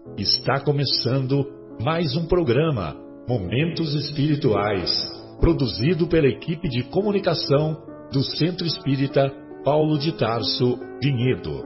Está começando mais um programa, Momentos Espirituais, produzido pela equipe de comunicação do Centro Espírita Paulo de Tarso, Vinhedo.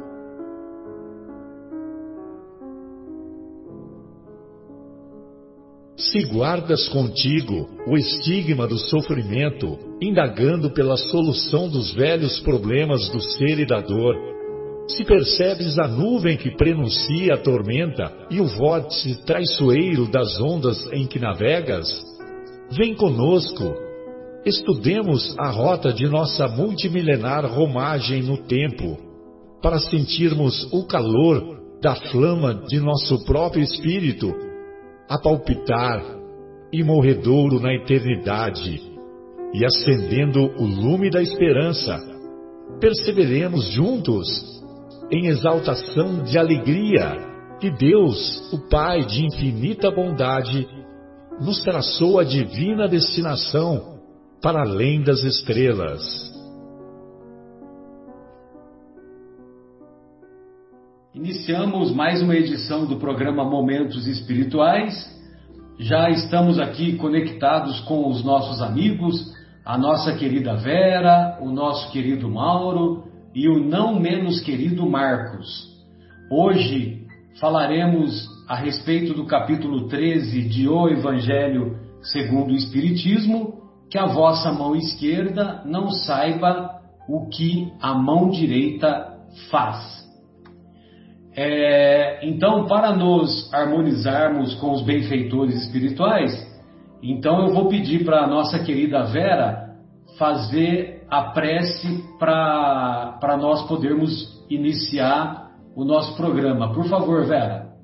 Se guardas contigo o estigma do sofrimento, indagando pela solução dos velhos problemas do ser e da dor, se percebes a nuvem que prenuncia a tormenta e o vórtice traiçoeiro das ondas em que navegas, vem conosco, estudemos a rota de nossa multimilenar romagem no tempo, para sentirmos o calor da flama de nosso próprio espírito, a palpitar, imorredouro na eternidade, e acendendo o lume da esperança, perseveremos juntos em exaltação de alegria que Deus, o Pai de infinita bondade, nos traçou a divina destinação para além das estrelas. Iniciamos mais uma edição do programa Momentos Espirituais. Já estamos aqui conectados com os nossos amigos, a nossa querida Vera, o nosso querido Mauro e o não menos querido Marcos. Hoje falaremos a respeito do capítulo 13 de O Evangelho segundo o Espiritismo, que a vossa mão esquerda não saiba o que a mão direita faz. Então, para nos harmonizarmos com os benfeitores espirituais, então eu vou pedir para a nossa querida Vera fazer a prece para nós podermos iniciar o nosso programa. Por favor, Vera.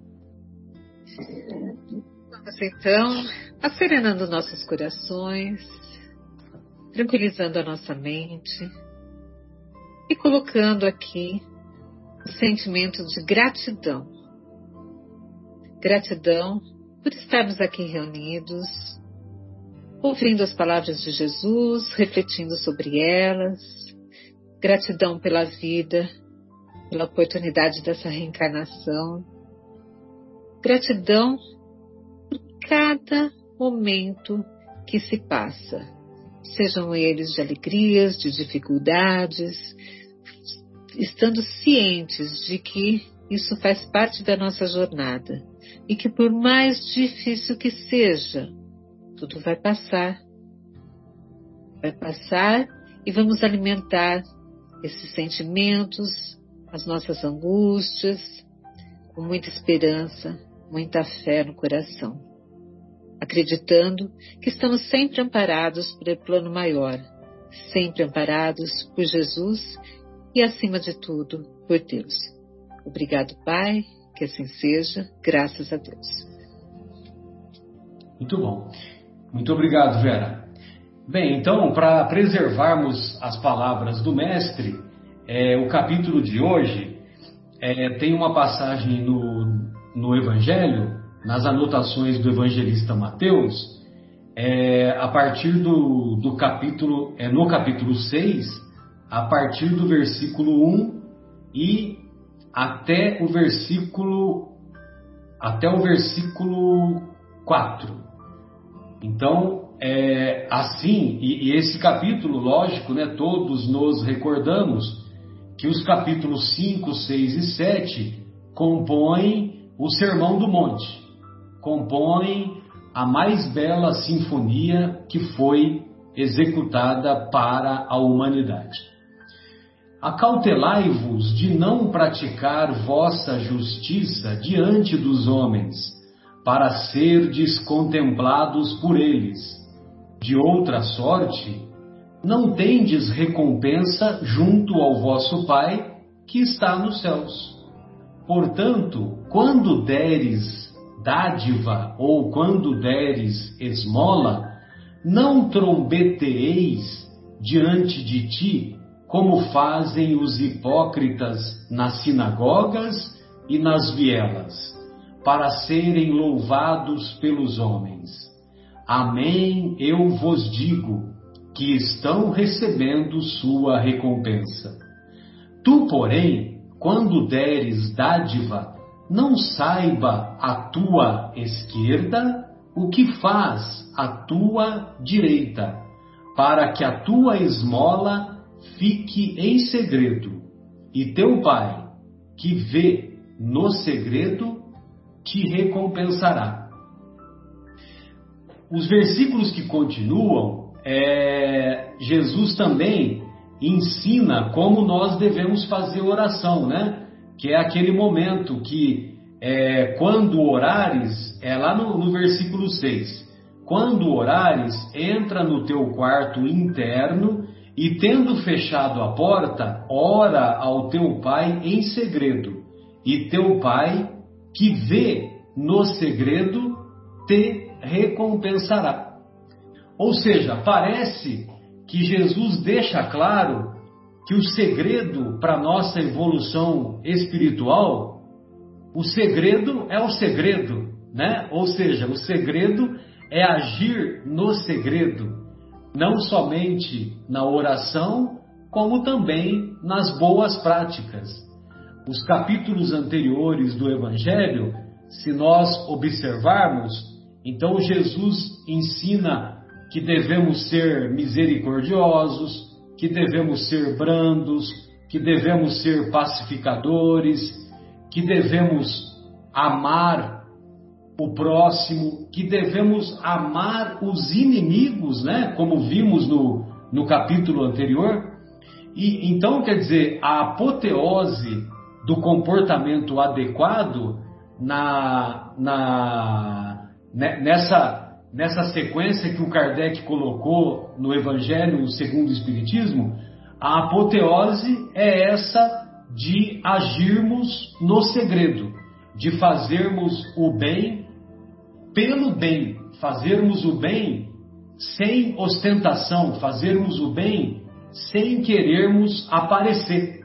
Vamos então, acerenando nossos corações, tranquilizando a nossa mente e colocando aqui o sentimento de gratidão. Gratidão por estarmos aqui reunidos, ouvindo as palavras de Jesus, refletindo sobre elas. Gratidão pela vida, pela oportunidade dessa reencarnação. Gratidão por cada momento que se passa, sejam eles de alegrias, de dificuldades, estando cientes de que isso faz parte da nossa jornada e que por mais difícil que seja, tudo vai passar. Vai passar e vamos alimentar esses sentimentos, as nossas angústias, com muita esperança, muita fé no coração, acreditando que estamos sempre amparados pelo plano maior, sempre amparados por Jesus e, acima de tudo, por Deus. Obrigado, Pai, que assim seja, graças a Deus. Muito bom. Muito obrigado, Vera. Bem, então, para preservarmos as palavras do Mestre, o capítulo de hoje tem uma passagem no Evangelho, nas anotações do evangelista Mateus, a partir do capítulo, no capítulo 6, a partir do versículo 1 e até o versículo 4. Então, assim, e esse capítulo, lógico, né, todos nos recordamos que os capítulos 5, 6 e 7 compõem o Sermão do Monte, compõem a mais bela sinfonia que foi executada para a humanidade. Acautelai-vos de não praticar vossa justiça diante dos homens, para serdes contemplados por eles. De outra sorte, não tendes recompensa junto ao vosso Pai, que está nos céus. Portanto, quando deres dádiva ou quando deres esmola, não trombeteeis diante de ti, como fazem os hipócritas nas sinagogas e nas vielas, para serem louvados pelos homens. Amém, eu vos digo, que estão recebendo sua recompensa. Tu, porém, quando deres dádiva, não saiba a tua esquerda o que faz a tua direita, para que a tua esmola fique em segredo, e teu Pai, que vê no segredo, te recompensará. Os versículos que continuam, Jesus também ensina como nós devemos fazer oração, né? Que é aquele momento que, quando orares, lá no versículo 6, quando orares, entra no teu quarto interno e, tendo fechado a porta, ora ao teu Pai em segredo, e teu Pai, que vê no segredo, te recompensará. Ou seja, parece que Jesus deixa claro que o segredo para a nossa evolução espiritual, o segredo é o segredo, né? Ou seja, o segredo é agir no segredo, não somente na oração, como também nas boas práticas. Os capítulos anteriores do Evangelho, se nós observarmos, então Jesus ensina que devemos ser misericordiosos, que devemos ser brandos, que devemos ser pacificadores, que devemos amar o próximo, que devemos amar os inimigos, né? Como vimos no capítulo anterior. E então, quer dizer, a apoteose do comportamento adequado nessa sequência que o Kardec colocou no Evangelho segundo o Espiritismo, a apoteose é essa de agirmos no segredo, de fazermos o bem pelo bem, fazermos o bem sem ostentação, fazermos o bem sem querermos aparecer.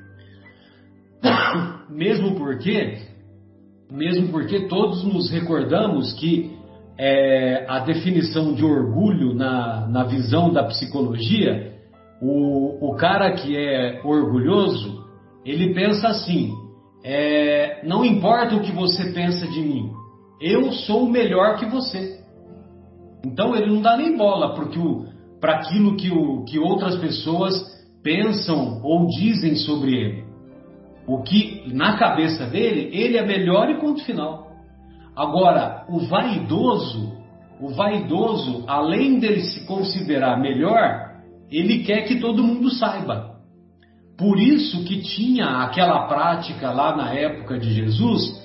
Mesmo porque todos nos recordamos que a definição de orgulho na visão da psicologia, o cara que é orgulhoso, ele pensa assim, não importa o que você pensa de mim, eu sou melhor que você. Então ele não dá nem bola para aquilo que outras pessoas pensam ou dizem sobre ele. O que na cabeça dele, ele é melhor e ponto final. Agora, o vaidoso, além dele se considerar melhor, ele quer que todo mundo saiba. Por isso que tinha aquela prática lá na época de Jesus,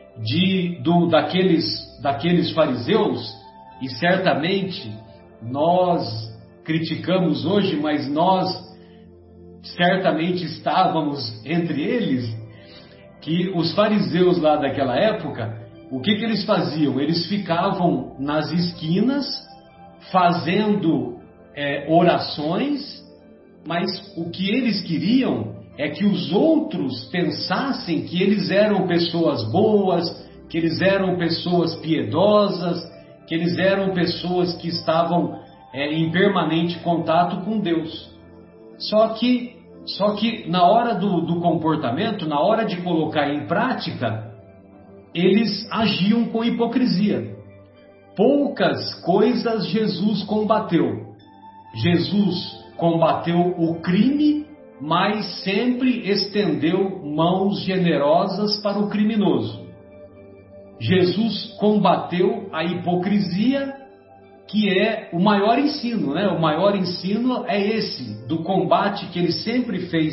daqueles fariseus, e certamente nós criticamos hoje, mas nós certamente estávamos entre eles, que os fariseus lá daquela época, o que eles faziam? Eles ficavam nas esquinas fazendo orações, mas o que eles queriam é que os outros pensassem que eles eram pessoas boas, que eles eram pessoas piedosas, que eles eram pessoas que estavam em permanente contato com Deus. Só que na hora do comportamento, na hora de colocar em prática, eles agiam com hipocrisia. Poucas coisas Jesus combateu. Jesus combateu o crime, mas sempre estendeu mãos generosas para o criminoso. Jesus combateu a hipocrisia, que é o maior ensino, né? O maior ensino é esse, do combate que ele sempre fez,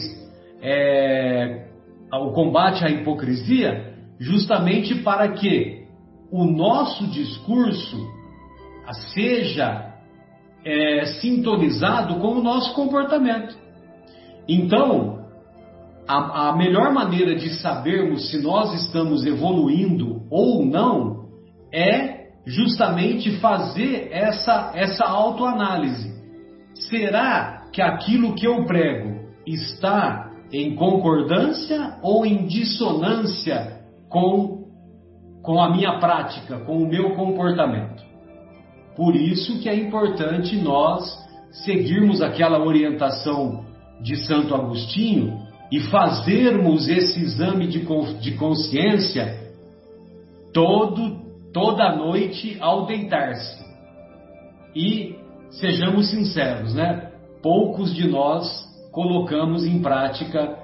o combate à hipocrisia, justamente para que o nosso discurso seja sintonizado com o nosso comportamento. Então, a melhor maneira de sabermos se nós estamos evoluindo ou não é justamente fazer essa autoanálise. Será que aquilo que eu prego está em concordância ou em dissonância com a minha prática, com o meu comportamento? Por isso que é importante nós seguirmos aquela orientação de Santo Agostinho e fazermos esse exame de consciência toda noite ao deitar-se. E sejamos sinceros, né? Poucos de nós colocamos em prática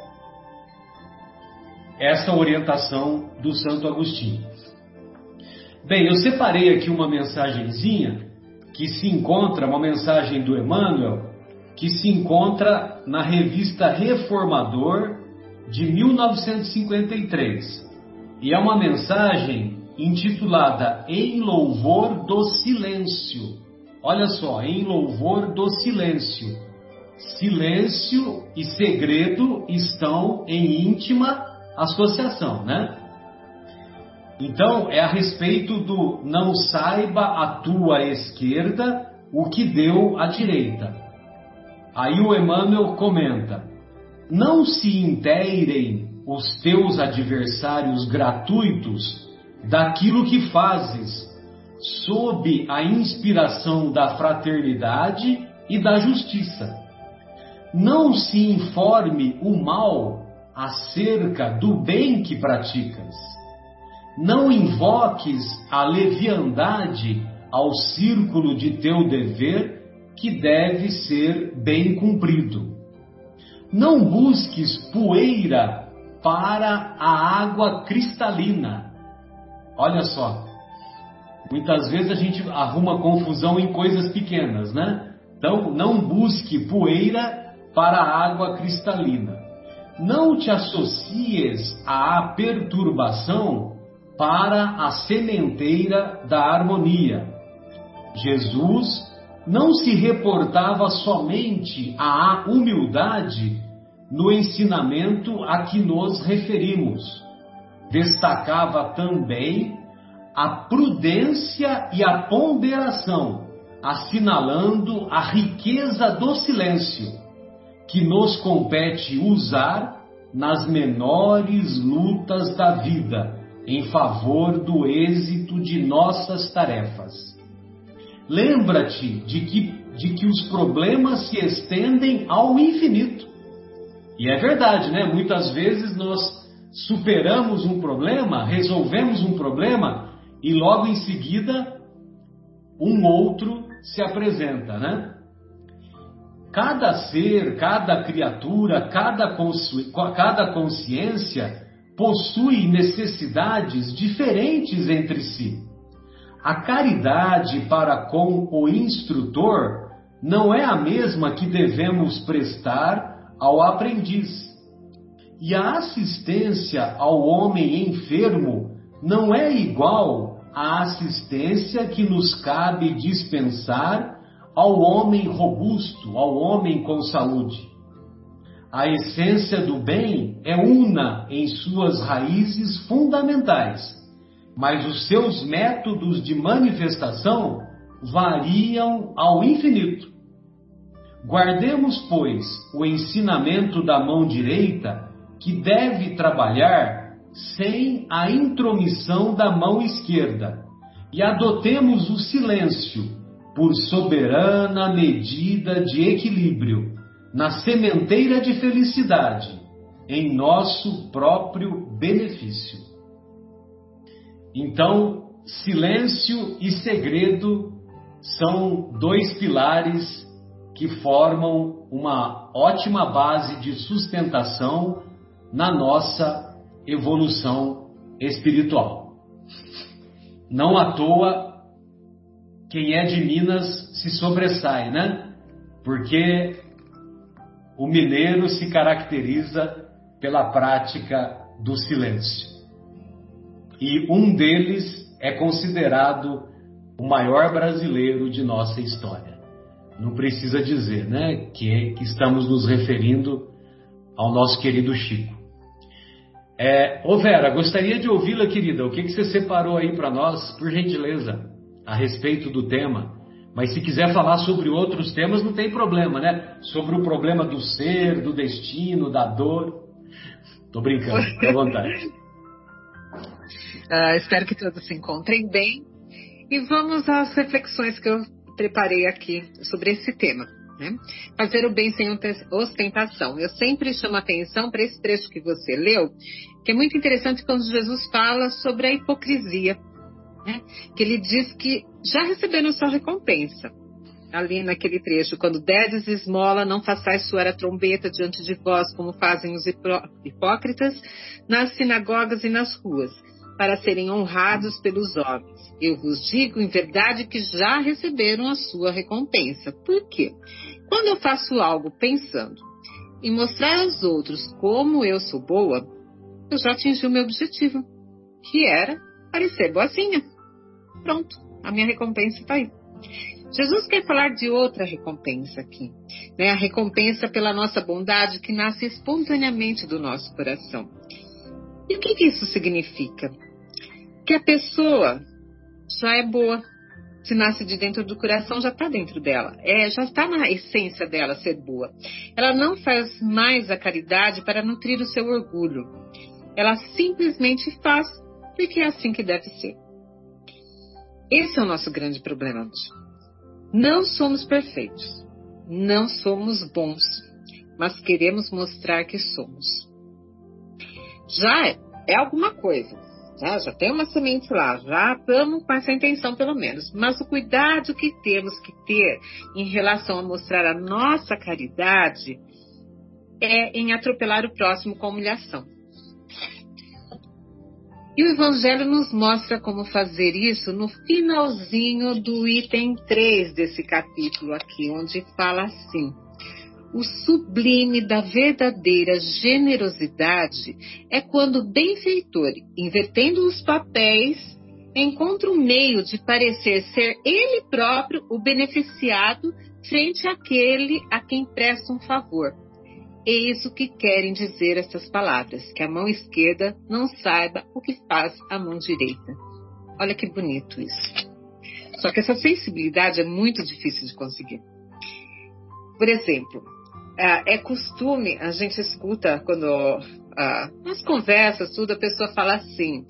essa orientação do Santo Agostinho. Bem, eu separei aqui uma mensagenzinha uma mensagem do Emmanuel, que se encontra na revista Reformador de 1953. E é uma mensagem intitulada Em Louvor do Silêncio. Olha só, Em Louvor do Silêncio. Silêncio e segredo estão em íntima associação, né? Então, é a respeito do não saiba a tua esquerda o que deu à direita. Aí o Emmanuel comenta: não se inteirem os teus adversários gratuitos daquilo que fazes, sob a inspiração da fraternidade e da justiça. Não se informe o mal acerca do bem que praticas. Não invoques a leviandade ao círculo de teu dever, que deve ser bem cumprido. Não busques poeira para a água cristalina. Olha só, muitas vezes a gente arruma confusão em coisas pequenas, né? Então, não busque poeira para a água cristalina. Não te associes à perturbação para a sementeira da harmonia. Jesus não se reportava somente à humildade no ensinamento a que nos referimos. Destacava também a prudência e a ponderação, assinalando a riqueza do silêncio, que nos compete usar nas menores lutas da vida, em favor do êxito de nossas tarefas. Lembra-te de que os problemas se estendem ao infinito. E é verdade, né? Muitas vezes nós superamos um problema, resolvemos um problema, e logo em seguida um outro se apresenta, né? Cada ser, cada criatura, cada consciência possui necessidades diferentes entre si. A caridade para com o instrutor não é a mesma que devemos prestar ao aprendiz. E a assistência ao homem enfermo não é igual à assistência que nos cabe dispensar ao homem robusto, ao homem com saúde. A essência do bem é una em suas raízes fundamentais, mas os seus métodos de manifestação variam ao infinito. Guardemos, pois, o ensinamento da mão direita, que deve trabalhar sem a intromissão da mão esquerda, e adotemos o silêncio por soberana medida de equilíbrio, na sementeira de felicidade, em nosso próprio benefício. Então, silêncio e segredo são dois pilares que formam uma ótima base de sustentação na nossa evolução espiritual. Não à toa, quem é de Minas se sobressai, né? Porque o mineiro se caracteriza pela prática do silêncio. E um deles é considerado o maior brasileiro de nossa história. Não precisa dizer, né, que estamos nos referindo ao nosso querido Chico. Ô Vera, gostaria de ouvi-la, querida. O que você separou aí para nós, por gentileza, a respeito do tema? Mas se quiser falar sobre outros temas, não tem problema, né? Sobre o problema do ser, do destino, da dor. Tô brincando, fique à vontade. Espero que todos se encontrem bem. E vamos às reflexões que eu preparei aqui sobre esse tema. né? Fazer o bem sem ostentação. Eu sempre chamo a atenção para esse trecho que você leu, que é muito interessante quando Jesus fala sobre a hipocrisia, né? Que ele diz que já receberam sua recompensa. Ali naquele trecho, quando derdes esmola, não façais soar a trombeta diante de vós, como fazem os hipócritas nas sinagogas e nas ruas, para serem honrados pelos homens. Eu vos digo, em verdade, que já receberam a sua recompensa. Por quê? Quando eu faço algo pensando em mostrar aos outros como eu sou boa, eu já atingi o meu objetivo, que era parecer boazinha. Pronto, a minha recompensa está aí. Jesus quer falar de outra recompensa aqui, né? A recompensa pela nossa bondade que nasce espontaneamente do nosso coração. E o que isso significa? Que a pessoa já é boa. Se nasce de dentro do coração, já está dentro dela. Já está na essência dela ser boa. Ela não faz mais a caridade para nutrir o seu orgulho. Ela simplesmente faz porque é assim que deve ser. Esse é o nosso grande problema hoje. Não somos perfeitos, não somos bons, mas queremos mostrar que somos. Já é alguma coisa, né? Já tem uma semente lá, já estamos com essa intenção pelo menos. Mas o cuidado que temos que ter em relação a mostrar a nossa caridade é em atropelar o próximo com humilhação. E o Evangelho nos mostra como fazer isso no finalzinho do item 3 desse capítulo aqui, onde fala assim: o sublime da verdadeira generosidade é quando o benfeitor, invertendo os papéis, encontra um meio de parecer ser ele próprio o beneficiado frente àquele a quem presta um favor. É isso que querem dizer essas palavras, que a mão esquerda não saiba o que faz a mão direita. Olha que bonito isso. Só que essa sensibilidade é muito difícil de conseguir. Por exemplo, é costume, a gente escuta quando nas conversas, tudo, a pessoa fala assim: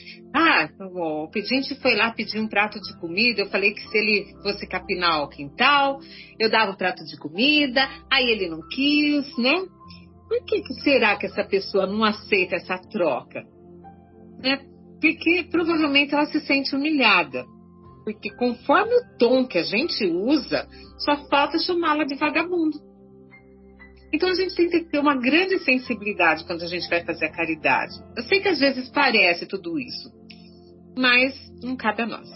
o pedinte foi lá pedir um prato de comida, eu falei que se ele fosse capinar o quintal, eu dava um prato de comida, aí ele não quis, né? Por que será que essa pessoa não aceita essa troca? Né? Porque provavelmente ela se sente humilhada. Porque conforme o tom que a gente usa, só falta chamá-la de vagabundo. Então a gente tem que ter uma grande sensibilidade quando a gente vai fazer a caridade. Eu sei que às vezes parece tudo isso, mas não cabe a nós.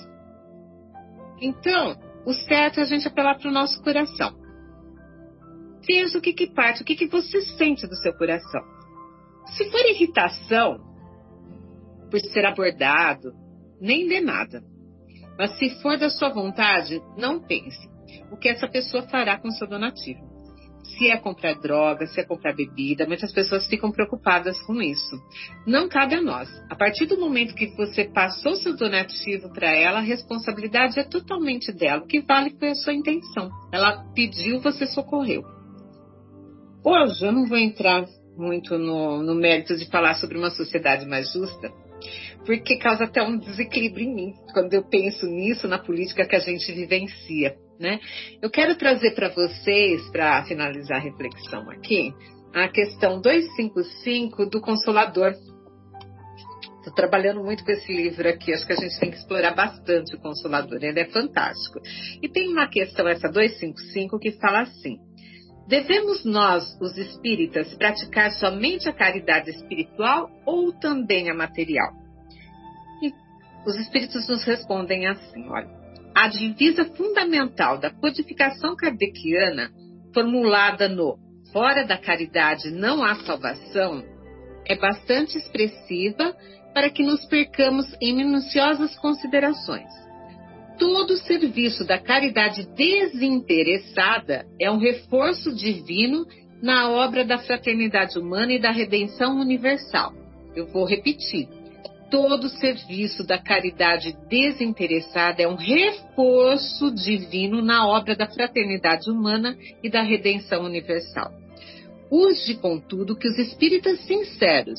Então, o certo é a gente apelar para o nosso coração. Veja o que parte, o que você sente do seu coração. Se for irritação por ser abordado, nem dê nada. Mas se for da sua vontade, não pense o que essa pessoa fará com o seu donativo. Se é comprar droga, se é comprar bebida, muitas pessoas ficam preocupadas com isso. Não cabe a nós. A partir do momento que você passou seu donativo para ela, a responsabilidade é totalmente dela. O que vale foi a sua intenção. Ela pediu, você socorreu. Hoje eu não vou entrar muito no mérito de falar sobre uma sociedade mais justa, porque causa até um desequilíbrio em mim, quando eu penso nisso, na política que a gente vivencia, né? Eu quero trazer para vocês, para finalizar a reflexão aqui, a questão 255 do Consolador. Estou trabalhando muito com esse livro aqui, acho que a gente tem que explorar bastante o Consolador, ele é fantástico. E tem uma questão, essa 255, que fala assim: devemos nós, os espíritas, praticar somente a caridade espiritual ou também a material? E os espíritos nos respondem assim, olha: a divisa fundamental da codificação kardeciana, formulada no fora da caridade não há salvação, é bastante expressiva para que nos percamos em minuciosas considerações. Todo serviço da caridade desinteressada é um reforço divino na obra da fraternidade humana e da redenção universal. Eu vou repetir. Todo serviço da caridade desinteressada é um reforço divino na obra da fraternidade humana e da redenção universal. Urge, contudo, que os espíritas sinceros,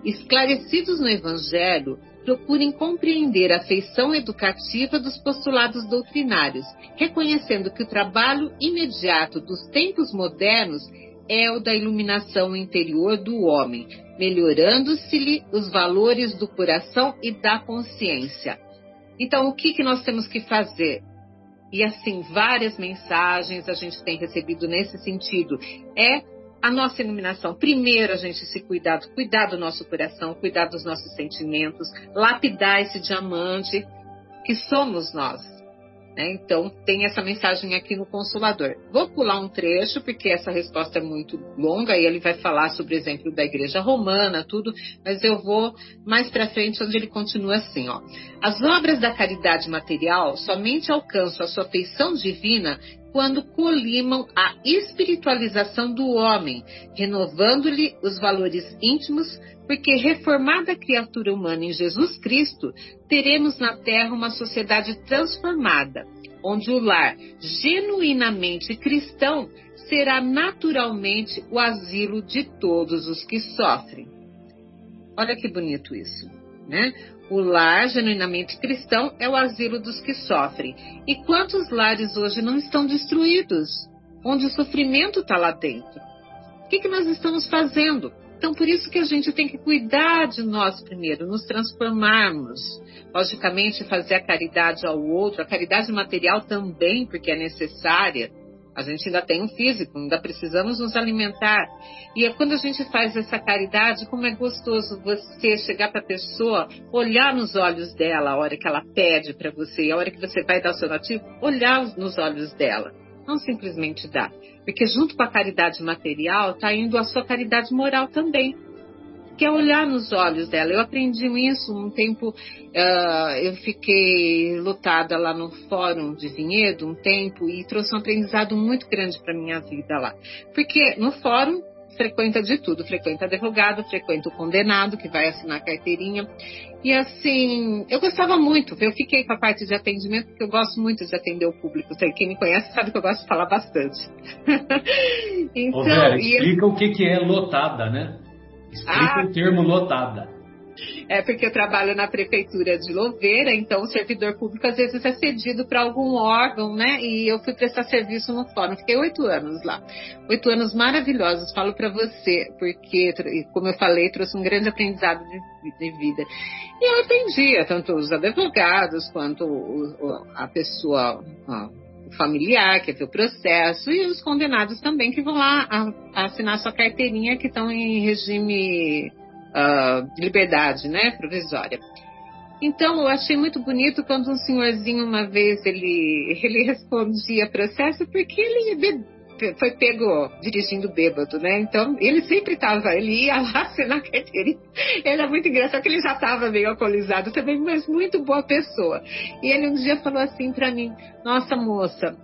esclarecidos no Evangelho, procurem compreender a feição educativa dos postulados doutrinários, reconhecendo que o trabalho imediato dos tempos modernos é o da iluminação interior do homem, melhorando-se-lhe os valores do coração e da consciência. Então, o que nós temos que fazer? E assim, várias mensagens a gente tem recebido nesse sentido. É a nossa iluminação. Primeiro, a gente se cuidar do nosso coração, cuidar dos nossos sentimentos, lapidar esse diamante que somos nós. Né? Então, tem essa mensagem aqui no Consolador. Vou pular um trecho, porque essa resposta é muito longa, e ele vai falar sobre o exemplo da Igreja Romana, tudo, mas eu vou mais para frente, onde ele continua assim, ó. As obras da caridade material somente alcançam a sua feição divina quando colimam a espiritualização do homem, renovando-lhe os valores íntimos, porque reformada a criatura humana em Jesus Cristo, teremos na Terra uma sociedade transformada, onde o lar genuinamente cristão será naturalmente o asilo de todos os que sofrem. Olha que bonito isso, né? O lar genuinamente cristão é o asilo dos que sofrem. E quantos lares hoje não estão destruídos? Onde o sofrimento está lá dentro. O que nós estamos fazendo? Então, por isso que a gente tem que cuidar de nós primeiro, nos transformarmos. Logicamente, fazer a caridade ao outro, a caridade material também, porque é necessária. A gente ainda tem um físico, ainda precisamos nos alimentar. E é quando a gente faz essa caridade, como é gostoso você chegar para a pessoa, olhar nos olhos dela a hora que ela pede para você, a hora que você vai dar o seu nativo, olhar nos olhos dela. Não simplesmente dar. Porque junto com a caridade material está indo a sua caridade moral também, que é olhar nos olhos dela. Eu aprendi isso um tempo, eu fiquei lotada lá no Fórum de Vinhedo um tempo e trouxe um aprendizado muito grande para a minha vida lá. Porque no Fórum frequenta de tudo, frequenta advogado, frequenta o condenado que vai assinar a carteirinha. E assim, eu gostava muito, eu fiquei com a parte de atendimento, porque eu gosto muito de atender o público. Quem me conhece sabe que eu gosto de falar bastante. Então, ô Vera, explica o que é lotada, né? Explica o termo lotada. É porque eu trabalho na prefeitura de Louveira, então o servidor público às vezes é cedido para algum órgão, né? E eu fui prestar serviço no fórum, fiquei 8 anos lá. 8 anos maravilhosos, falo para você, porque, como eu falei, trouxe um grande aprendizado de vida. E eu atendia tanto os advogados quanto a pessoa... o familiar, que é o processo, e os condenados também, que vão lá assinar sua carteirinha, que estão em regime de liberdade, né, provisória. Então, eu achei muito bonito quando um senhorzinho, uma vez, ele respondia processo, porque ele foi pego dirigindo bêbado, né? Então, ele sempre ele ia lá assinar a carteirinha. Ele é muito engraçado, que ele já estava meio alcoolizado também, mas muito boa pessoa. E ele um dia falou assim para mim: nossa, moça,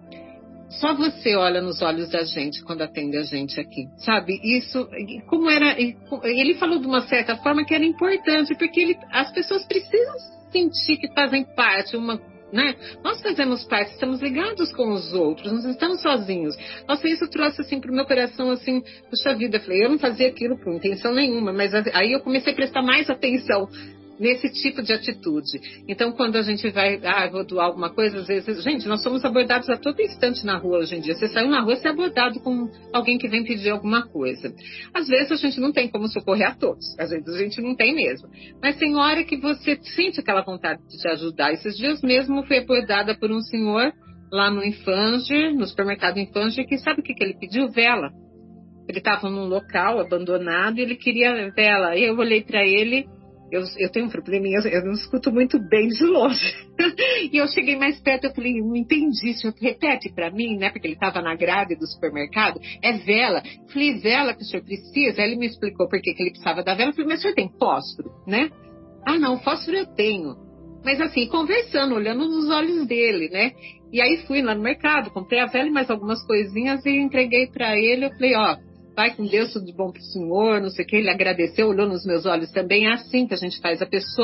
só você olha nos olhos da gente quando atende a gente aqui, sabe? Isso, como era... Ele falou de uma certa forma que era importante, porque as pessoas precisam sentir que fazem parte, né? Nós fazemos parte, estamos ligados com os outros, não estamos sozinhos. Nossa, isso trouxe assim pro meu coração, assim, puxa vida, eu falei, eu não fazia aquilo por intenção nenhuma, mas aí eu comecei a prestar mais atenção nesse tipo de atitude. Então, quando a gente vai, vou doar alguma coisa, às vezes, gente, nós somos abordados a todo instante na rua hoje em dia. Você saiu na rua, você é abordado com alguém que vem pedir alguma coisa. Às vezes a gente não tem como socorrer a todos, às vezes a gente não tem mesmo. Mas tem hora que você sente aquela vontade de te ajudar. Esses dias mesmo fui abordada por um senhor lá no Infanger, no supermercado Infanger, que sabe o que ele pediu? Vela. Ele estava num local abandonado e ele queria vela. E eu olhei para ele. Eu tenho um probleminha, eu não escuto muito bem de longe. E eu cheguei mais perto, eu falei, não entendi, senhor, repete para mim, né? Porque ele estava na grade do supermercado. É vela. Eu falei, vela que o senhor precisa? Aí ele me explicou por que ele precisava da vela. Eu falei, mas o senhor tem fósforo, né? Ah, não, fósforo eu tenho. Mas assim, conversando, olhando nos olhos dele, né? E aí fui lá no mercado, comprei a vela e mais algumas coisinhas e entreguei para ele. Eu falei, vai com Deus, tudo de bom pro senhor, não sei o que. Ele agradeceu, olhou nos meus olhos também. É assim que a gente faz. A pessoa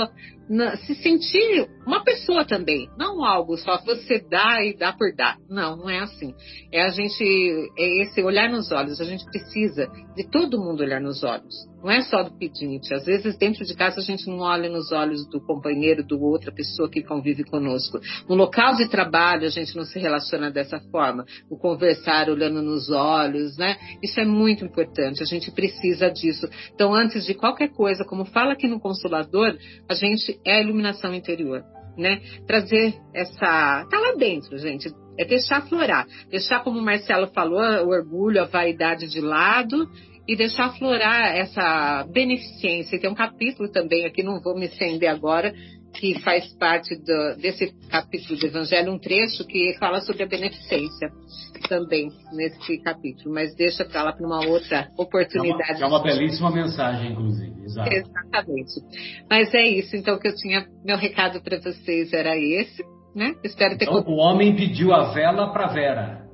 se sentir uma pessoa também, não algo só você dá e dá por dar. Não, não é assim. É esse olhar nos olhos. A gente precisa de todo mundo olhar nos olhos. Não é só do pedinte. Às vezes dentro de casa a gente não olha nos olhos do companheiro, do outra pessoa que convive conosco. No local de trabalho a gente não se relaciona dessa forma. O conversar olhando nos olhos, né? Isso é muito importante. A gente precisa disso. Então, antes de qualquer coisa, como fala aqui no Consolador, a gente é a iluminação interior, né? Trazer tá lá dentro, gente, é deixar aflorar, deixar, como o Marcelo falou, o orgulho, a vaidade de lado e deixar aflorar essa beneficência. E tem um capítulo também aqui, não vou me estender agora, que faz parte desse capítulo do Evangelho, um trecho que fala sobre a beneficência também nesse capítulo, mas deixa para lá para uma outra oportunidade. É uma belíssima mensagem, inclusive. Exato. Exatamente. Mas é isso, então, que eu tinha, meu recado para vocês era esse, né? Espero ter... Então, o homem pediu a vela para Vera.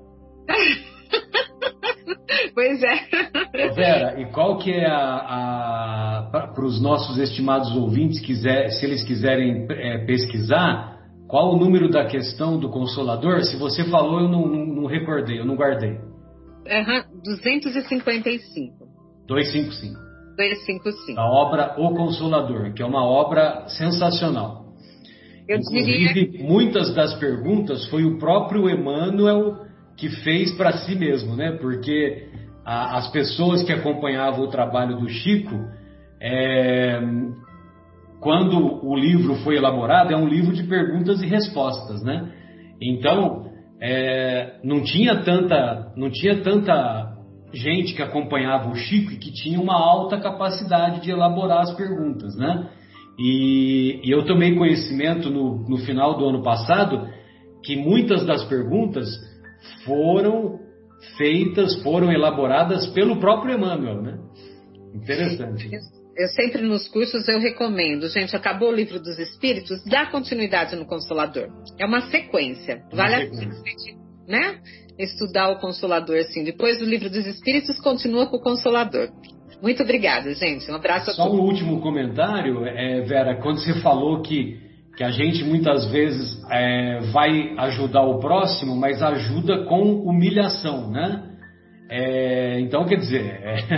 Pois é. Ô Vera, e qual que é para os nossos estimados ouvintes, se eles quiserem pesquisar, qual o número da questão do Consolador? Se você falou, eu não recordei, eu não guardei. 255. 255. 255. A obra O Consolador, que é uma obra sensacional. Inclusive, muitas das perguntas foi o próprio Emmanuel que fez para si mesmo, né? Porque as pessoas que acompanhavam o trabalho do Chico, quando o livro foi elaborado, é um livro de perguntas e respostas, né? Então, não tinha tanta gente que acompanhava o Chico e que tinha uma alta capacidade de elaborar as perguntas, né? E eu tomei conhecimento no final do ano passado que muitas das perguntas foram elaboradas pelo próprio Emmanuel, né? Interessante. Eu sempre nos cursos eu recomendo, gente, acabou o Livro dos Espíritos, dá continuidade no Consolador. É uma sequência. Vale a pena, né? Estudar o Consolador, assim. Depois do Livro dos Espíritos, continua com o Consolador. Muito obrigada, gente. Um abraço a todos. Só um último comentário, Vera, quando você falou que a gente muitas vezes vai ajudar o próximo, mas ajuda com humilhação, né? Então, quer dizer,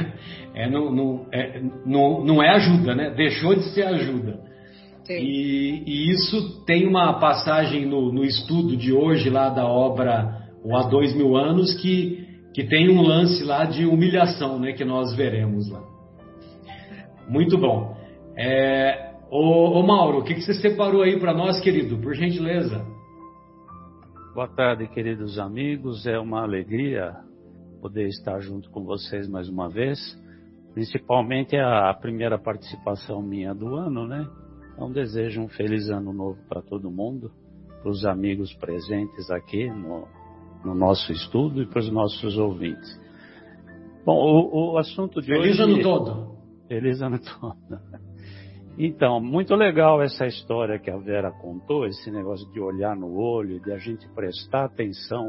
não é ajuda, né? Deixou de ser ajuda. E isso tem uma passagem no estudo de hoje lá da obra O Há 2000 Anos que tem um lance lá de humilhação, né? Que nós veremos lá. Muito bom. Ô Mauro, o que você separou aí para nós, querido? Por gentileza. Boa tarde, queridos amigos. É uma alegria poder estar junto com vocês mais uma vez. Principalmente a primeira participação minha do ano, né? Então desejo um feliz ano novo para todo mundo, para os amigos presentes aqui no nosso estudo e para os nossos ouvintes. Bom, o assunto de hoje... Feliz ano todo. Feliz ano todo. Então, muito legal essa história que a Vera contou, esse negócio de olhar no olho, de a gente prestar atenção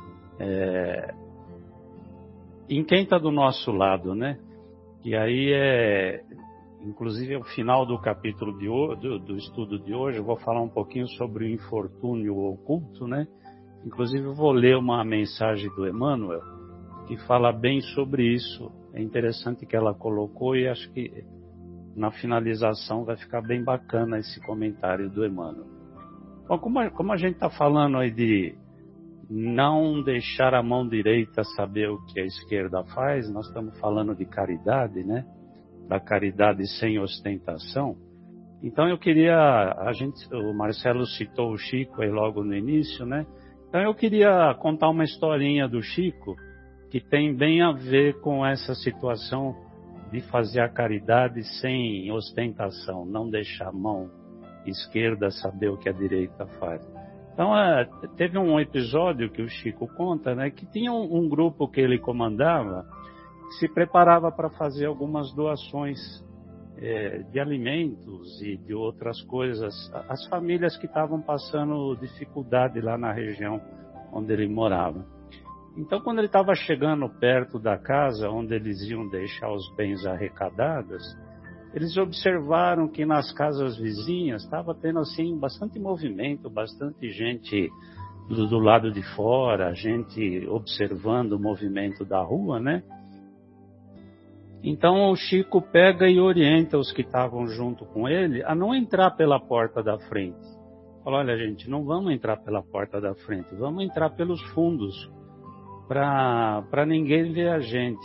em quem está do nosso lado, né? E aí inclusive o final do capítulo do estudo de hoje, eu vou falar um pouquinho sobre o infortúnio oculto, né? Inclusive eu vou ler uma mensagem do Emmanuel que fala bem sobre isso. É interessante que ela colocou e acho que na finalização vai ficar bem bacana esse comentário do Emmanuel. Bom, como a gente está falando aí de não deixar a mão direita saber o que a esquerda faz, nós estamos falando de caridade, né? Da caridade sem ostentação. Então eu queria, o Marcelo citou o Chico aí logo no início, né? Então eu queria contar uma historinha do Chico que tem bem a ver com essa situação de fazer a caridade sem ostentação, não deixar a mão esquerda saber o que a direita faz. Então, teve um episódio que o Chico conta, né, que tinha um grupo que ele comandava que se preparava para fazer algumas doações de alimentos e de outras coisas, as famílias que estavam passando dificuldade lá na região onde ele morava. Então, quando ele estava chegando perto da casa onde eles iam deixar os bens arrecadados, eles observaram que nas casas vizinhas estava tendo assim bastante movimento, bastante gente do lado de fora, gente observando o movimento da rua, né? Então o Chico pega e orienta os que estavam junto com ele a não entrar pela porta da frente. Fala, olha gente, não vamos entrar pela porta da frente, vamos entrar pelos fundos, para ninguém ver a gente.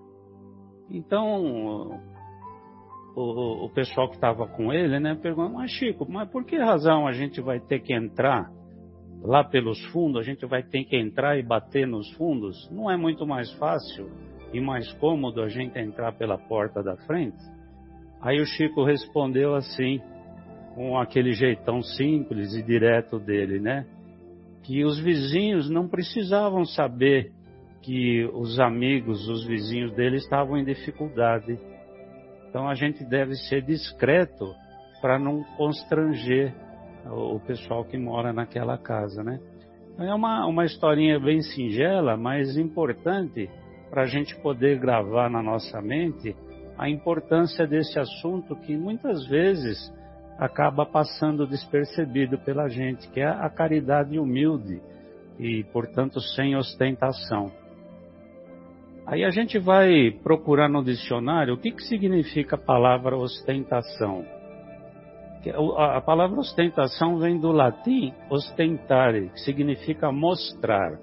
Então o pessoal que estava com ele, né, perguntou, mas Chico, mas por que razão a gente vai ter que entrar lá pelos fundos, a gente vai ter que entrar e bater nos fundos? Não é muito mais fácil e mais cômodo a gente entrar pela porta da frente? Aí o Chico respondeu assim, com aquele jeitão simples e direto dele, né? Que os vizinhos não precisavam saber que os amigos, os vizinhos dele estavam em dificuldade. Então a gente deve ser discreto para não constranger o pessoal que mora naquela casa, né? É uma historinha bem singela, mas importante para a gente poder gravar na nossa mente a importância desse assunto que muitas vezes acaba passando despercebido pela gente, que é a caridade humilde e, portanto, sem ostentação. Aí a gente vai procurar no dicionário o que significa a palavra ostentação. A palavra ostentação vem do latim ostentare, que significa mostrar.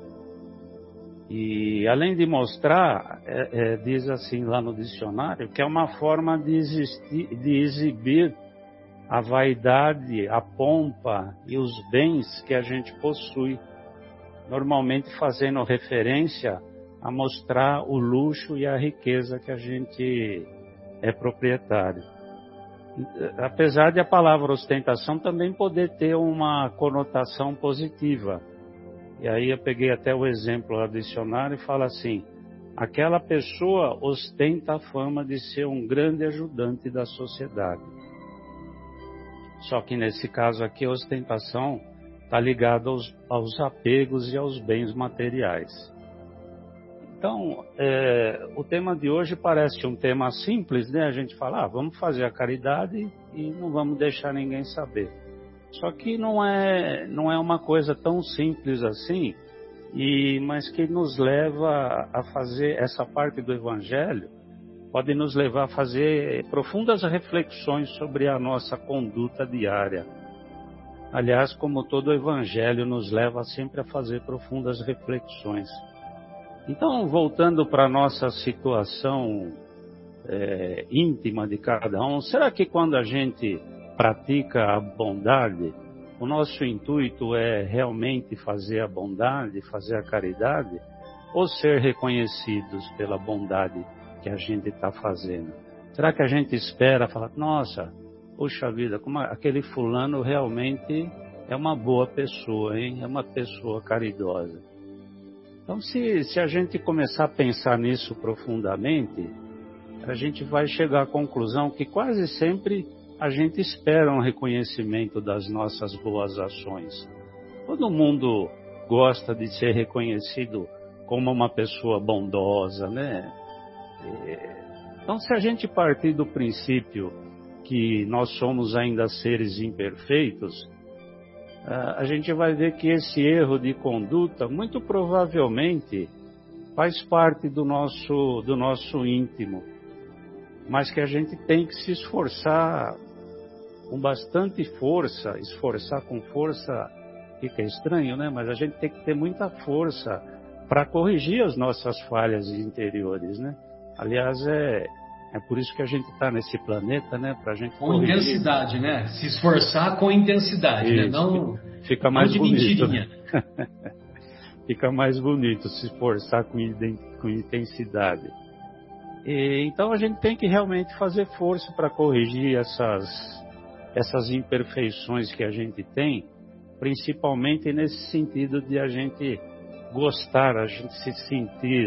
E além de mostrar, diz assim lá no dicionário, que é uma forma de exibir a vaidade, a pompa e os bens que a gente possui, normalmente fazendo referência a mostrar o luxo e a riqueza que a gente é proprietário. Apesar de a palavra ostentação também poder ter uma conotação positiva. E aí eu peguei até o exemplo lá do dicionário e fala assim, aquela pessoa ostenta a fama de ser um grande ajudante da sociedade. Só que nesse caso aqui a ostentação está ligada aos apegos e aos bens materiais. Então, o tema de hoje parece um tema simples, né? A gente fala, vamos fazer a caridade e não vamos deixar ninguém saber. Só que não é uma coisa tão simples assim, mas que nos leva a fazer essa parte do Evangelho, pode nos levar a fazer profundas reflexões sobre a nossa conduta diária. Aliás, como todo o Evangelho nos leva sempre a fazer profundas reflexões. Então, voltando para a nossa situação íntima de cada um, será que quando a gente pratica a bondade, o nosso intuito é realmente fazer a bondade, fazer a caridade, ou ser reconhecidos pela bondade que a gente está fazendo? Será que a gente espera falar, nossa, puxa vida, como aquele fulano realmente é uma boa pessoa, hein? É uma pessoa caridosa. Então, se a gente começar a pensar nisso profundamente, a gente vai chegar à conclusão que quase sempre a gente espera um reconhecimento das nossas boas ações. Todo mundo gosta de ser reconhecido como uma pessoa bondosa, né? Então, se a gente partir do princípio que nós somos ainda seres imperfeitos, a gente vai ver que esse erro de conduta, muito provavelmente, faz parte do nosso íntimo, mas que a gente tem que se esforçar com bastante força. Esforçar com força fica estranho, né? Mas a gente tem que ter muita força para corrigir as nossas falhas interiores, né? Aliás, é por isso que a gente está nesse planeta, né? Para a gente com corrigir. Intensidade, né? Se esforçar com intensidade, isso, né? Não fica mais de bonito, mentirinha. Né? Fica mais bonito se esforçar com intensidade. Então a gente tem que realmente fazer força para corrigir essas imperfeições que a gente tem, principalmente nesse sentido de a gente gostar, a gente se sentir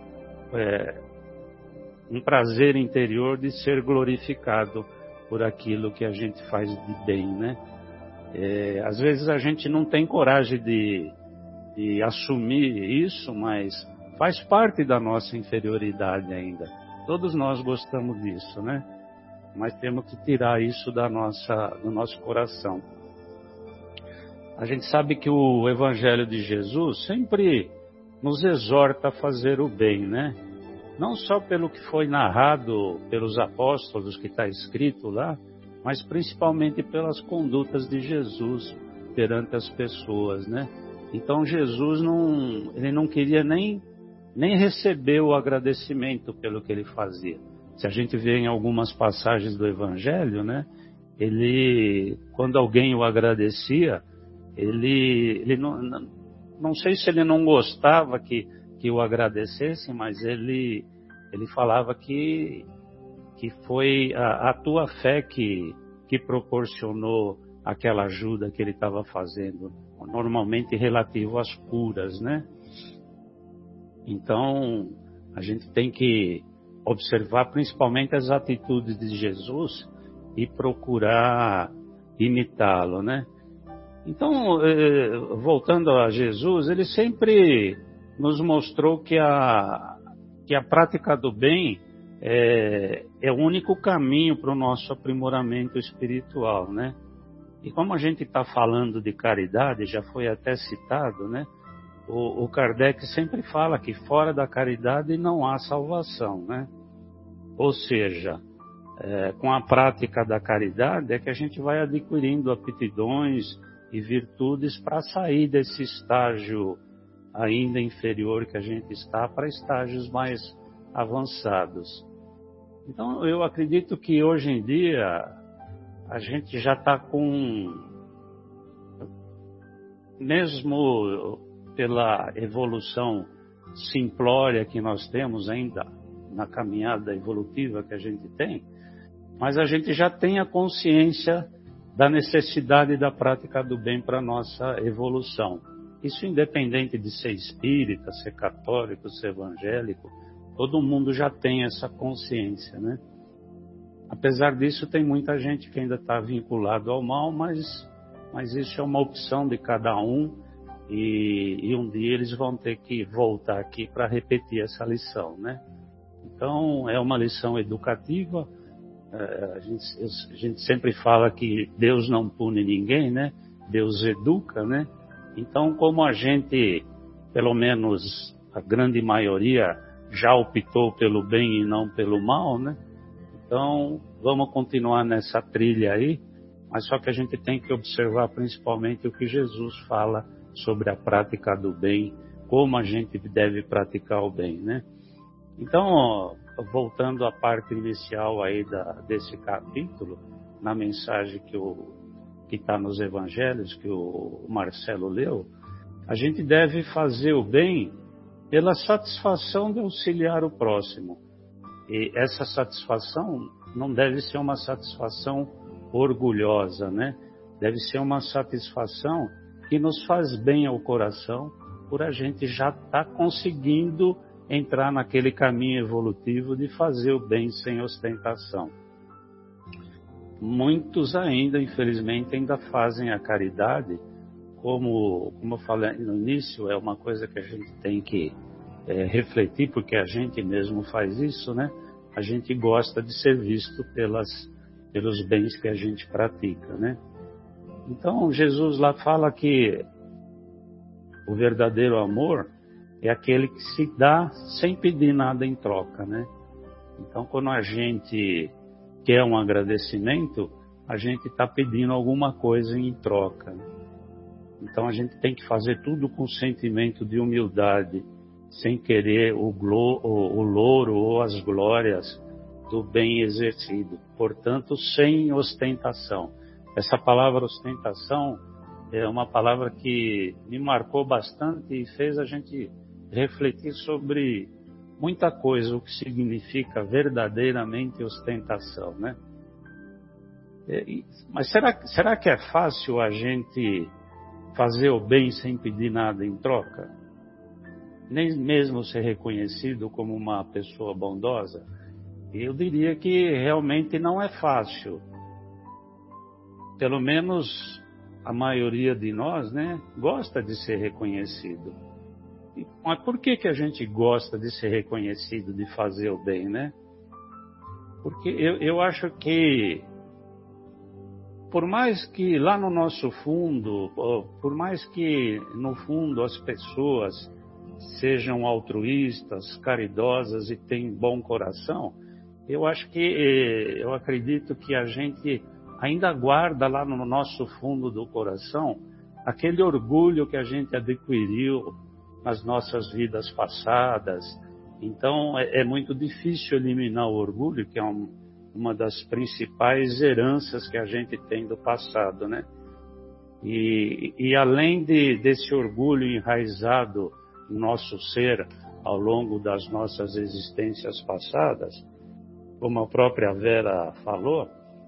um prazer interior de ser glorificado por aquilo que a gente faz de bem, né? Às vezes a gente não tem coragem de assumir isso, mas faz parte da nossa inferioridade ainda. Todos nós gostamos disso, né? mas temos que tirar isso do nosso coração. A gente sabe que o Evangelho de Jesus sempre nos exorta a fazer o bem, né? Não só pelo que foi narrado pelos apóstolos, que está escrito lá, mas principalmente pelas condutas de Jesus perante as pessoas, né? Então Jesus ele não queria nem receber o agradecimento pelo que ele fazia. Se a gente vê em algumas passagens do Evangelho, né? Quando alguém o agradecia, ele não sei se ele não gostava que o agradecessem, mas ele falava que foi a tua fé que proporcionou aquela ajuda que ele estava fazendo, normalmente relativo às curas, né? Então, a gente tem que observar principalmente as atitudes de Jesus e procurar imitá-lo, né? Então, voltando a Jesus, ele sempre nos mostrou que a prática do bem é o único caminho para o nosso aprimoramento espiritual, né? E como a gente está falando de caridade, já foi até citado, né? O Kardec sempre fala que fora da caridade não há salvação, né? Ou seja, com a prática da caridade é que a gente vai adquirindo aptidões e virtudes para sair desse estágio ainda inferior que a gente está para estágios mais avançados. Então, eu acredito que hoje em dia a gente já está mesmo pela evolução simplória que nós temos ainda na caminhada evolutiva que a gente tem, mas a gente já tem a consciência da necessidade da prática do bem para a nossa evolução. Isso independente de ser espírita, ser católico, ser evangélico, todo mundo já tem essa consciência, né? Apesar disso, tem muita gente que ainda está vinculado ao mal, mas isso é uma opção de cada um e um dia eles vão ter que voltar aqui para repetir essa lição, né? Então, é uma lição educativa. A gente sempre fala que Deus não pune ninguém, né? Deus educa, né? Então, como a gente, pelo menos a grande maioria, já optou pelo bem e não pelo mal, né? Então, vamos continuar nessa trilha aí, mas só que a gente tem que observar principalmente o que Jesus fala sobre a prática do bem, como a gente deve praticar o bem, né? Então, voltando à parte inicial aí desse capítulo, na mensagem que está nos evangelhos, que o Marcelo leu, a gente deve fazer o bem pela satisfação de auxiliar o próximo. E essa satisfação não deve ser uma satisfação orgulhosa, né? Deve ser uma satisfação que nos faz bem ao coração, por a gente já estar conseguindo entrar naquele caminho evolutivo de fazer o bem sem ostentação. Muitos ainda, infelizmente, ainda fazem a caridade, como eu falei no início, é uma coisa que a gente tem que refletir, porque a gente mesmo faz isso, né? A gente gosta de ser visto pelos bens que a gente pratica, né? Então, Jesus lá fala que o verdadeiro amor é aquele que se dá sem pedir nada em troca, né? Então, quando a gente quer um agradecimento, a gente está pedindo alguma coisa em troca. Então, a gente tem que fazer tudo com sentimento de humildade, sem querer o louro ou as glórias do bem exercido. Portanto, sem ostentação. Essa palavra ostentação é uma palavra que me marcou bastante e fez a gente refletir sobre muita coisa, o que significa verdadeiramente ostentação, né? Mas será que é fácil a gente fazer o bem sem pedir nada em troca? Nem mesmo ser reconhecido como uma pessoa bondosa? Eu diria que realmente não é fácil. Pelo menos a maioria de nós, né, gosta de ser reconhecido. Mas por que a gente gosta de ser reconhecido, de fazer o bem, né? Porque eu acho que, por mais que lá no nosso fundo, por mais que no fundo as pessoas sejam altruístas, caridosas e tenham bom coração, eu acredito que a gente ainda guarda lá no nosso fundo do coração aquele orgulho que a gente adquiriu nas nossas vidas passadas. Então é muito difícil eliminar o orgulho, que é uma das principais heranças que a gente tem do passado, né? E além desse orgulho enraizado no nosso ser ao longo das nossas existências passadas, como a própria Vera falou,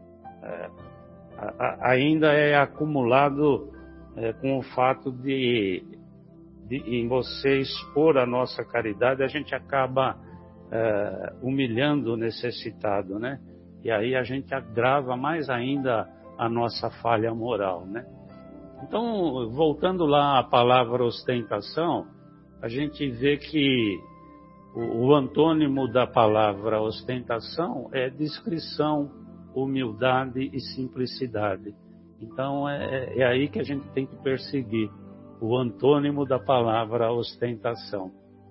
ainda é acumulado com o fato de em você expor a nossa caridade, a gente acaba humilhando o necessitado, né? E aí a gente agrava mais ainda a nossa falha moral, né? Então, voltando lá à palavra ostentação, a gente vê que o antônimo da palavra ostentação é discrição, humildade e simplicidade. Então, é aí que a gente tem que perseguir o antônimo da palavra ostentação.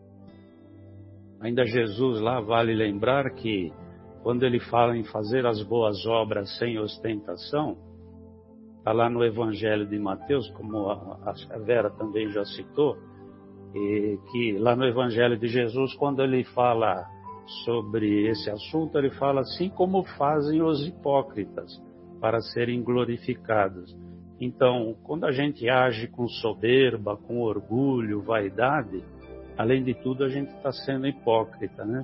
Ainda Jesus lá vale lembrar que quando ele fala em fazer as boas obras sem ostentação, está lá no Evangelho de Mateus, como a Vera também já citou, e que lá no Evangelho de Jesus, quando ele fala sobre esse assunto, ele fala assim como fazem os hipócritas para serem glorificados. Então, quando a gente age com soberba, com orgulho, vaidade, além de tudo a gente está sendo hipócrita, né?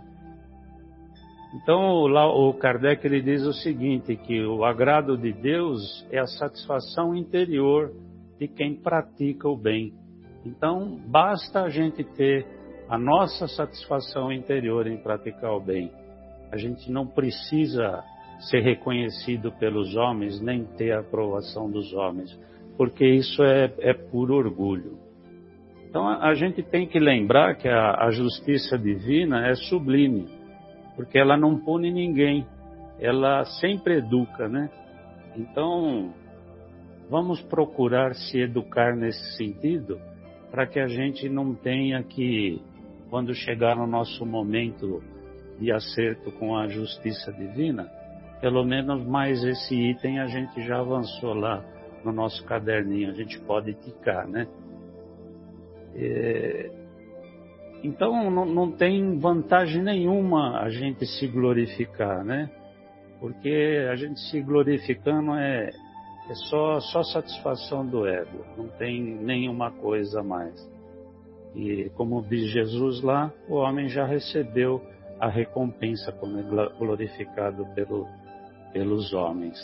Então, lá o Kardec ele diz o seguinte, que o agrado de Deus é a satisfação interior de quem pratica o bem. Então, basta a gente ter a nossa satisfação interior em praticar o bem. A gente não precisa ser reconhecido pelos homens, nem ter a aprovação dos homens, porque isso é puro orgulho. Então, a gente tem que lembrar que a justiça divina é sublime, porque ela não pune ninguém, ela sempre educa, né? Então, vamos procurar se educar nesse sentido, para que a gente não tenha que, quando chegar no nosso momento de acerto com a justiça divina, pelo menos mais esse item a gente já avançou lá no nosso caderninho, a gente pode ticar, né? Então não tem vantagem nenhuma a gente se glorificar, né? Porque a gente se glorificando é só satisfação do ego, não tem nenhuma coisa a mais. E como diz Jesus lá, o homem já recebeu a recompensa quando é glorificado pelos homens.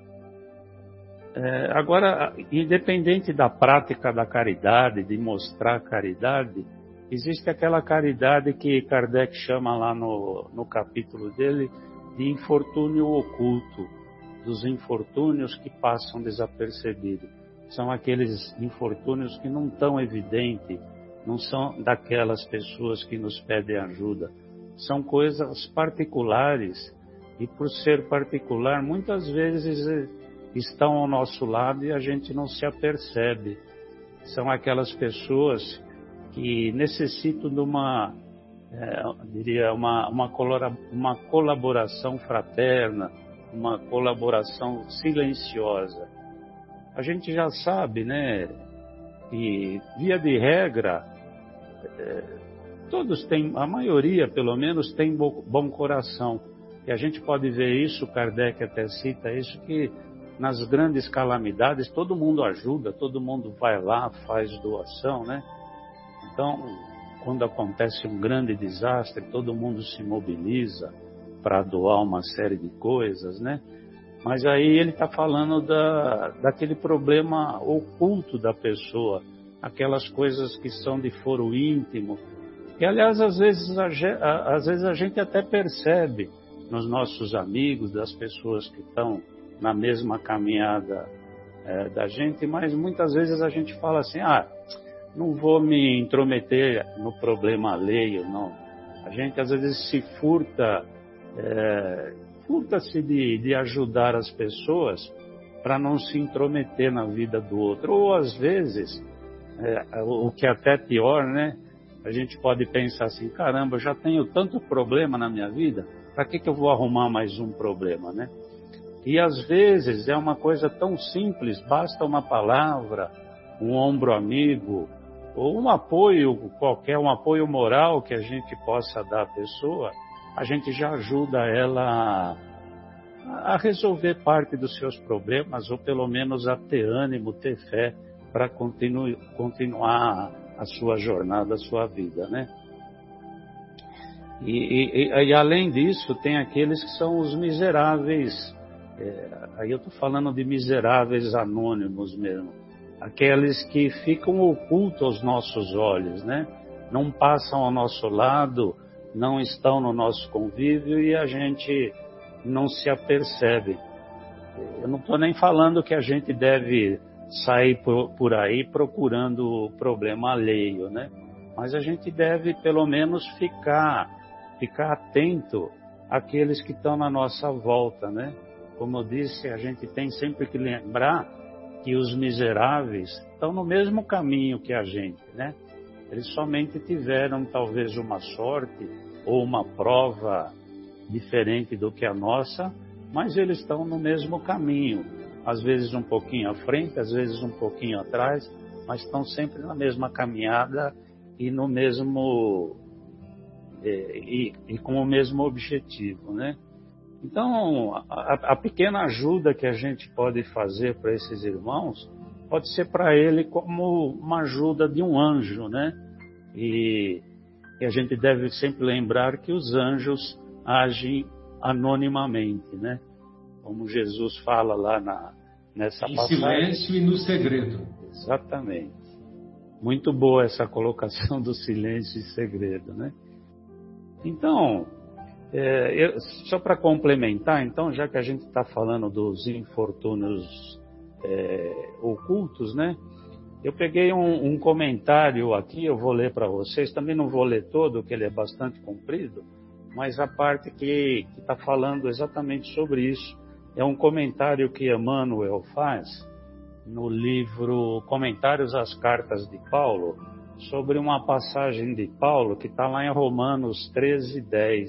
Agora, independente da prática da caridade, de mostrar caridade, existe aquela caridade que Kardec chama lá no capítulo dele de infortúnio oculto, dos infortúnios que passam desapercebidos. São aqueles infortúnios que não estão evidentes, não são daquelas pessoas que nos pedem ajuda. São coisas particulares e, por ser particular, muitas vezes estão ao nosso lado e a gente não se apercebe. São aquelas pessoas que necessitam de uma colaboração fraterna, uma colaboração silenciosa. A gente já sabe, né, que, via de regra, todos têm, a maioria pelo menos, tem bom coração. E a gente pode ver isso, Kardec até cita isso, que nas grandes calamidades todo mundo ajuda, todo mundo vai lá, faz doação, né? Então, quando acontece um grande desastre, todo mundo se mobiliza para doar uma série de coisas, né? Mas aí ele está falando daquele problema oculto da pessoa, aquelas coisas que são de foro íntimo, que aliás às vezes a gente até percebe nos nossos amigos, das pessoas que estão na mesma caminhada da gente, mas muitas vezes a gente fala assim, não vou me intrometer no problema alheio, não. A gente às vezes se furta furta-se de ajudar as pessoas para não se intrometer na vida do outro. Ou, às vezes, o que é até pior, né? A gente pode pensar assim, caramba, eu já tenho tanto problema na minha vida, para que eu vou arrumar mais um problema, né? E, às vezes, é uma coisa tão simples, basta uma palavra, um ombro amigo, ou um apoio qualquer, um apoio moral que a gente possa dar à pessoa, a gente já ajuda ela a resolver parte dos seus problemas, ou pelo menos a ter ânimo, ter fé para continuar a sua jornada, a sua vida, né? E além disso, tem aqueles que são os miseráveis, aí eu estou falando de miseráveis anônimos mesmo, aqueles que ficam ocultos aos nossos olhos, né? Não passam ao nosso lado, não estão no nosso convívio e a gente não se apercebe. Eu não estou nem falando que a gente deve sair por aí procurando problema alheio, né? Mas a gente deve pelo menos ficar atento àqueles que estão na nossa volta, né? Como eu disse, a gente tem sempre que lembrar que os miseráveis estão no mesmo caminho que a gente, né? Eles somente tiveram talvez uma sorte ou uma prova diferente do que a nossa, mas eles estão no mesmo caminho. Às vezes um pouquinho à frente, às vezes um pouquinho atrás, mas estão sempre na mesma caminhada e no mesmo e com o mesmo objetivo, né? Então, a pequena ajuda que a gente pode fazer para esses irmãos pode ser para ele como uma ajuda de um anjo, né? E a gente deve sempre lembrar que os anjos agem anonimamente, né? Como Jesus fala lá nessa passagem. Em silêncio e no segredo. Exatamente. Muito boa essa colocação do silêncio e segredo, né? Então, só para complementar, então, já que a gente está falando dos infortúnios ocultos, né? Eu peguei um comentário aqui, eu vou ler para vocês, também não vou ler todo, porque ele é bastante comprido, mas a parte que está falando exatamente sobre isso é um comentário que Emmanuel faz no livro Comentários às Cartas de Paulo, sobre uma passagem de Paulo que está lá em Romanos 13:10.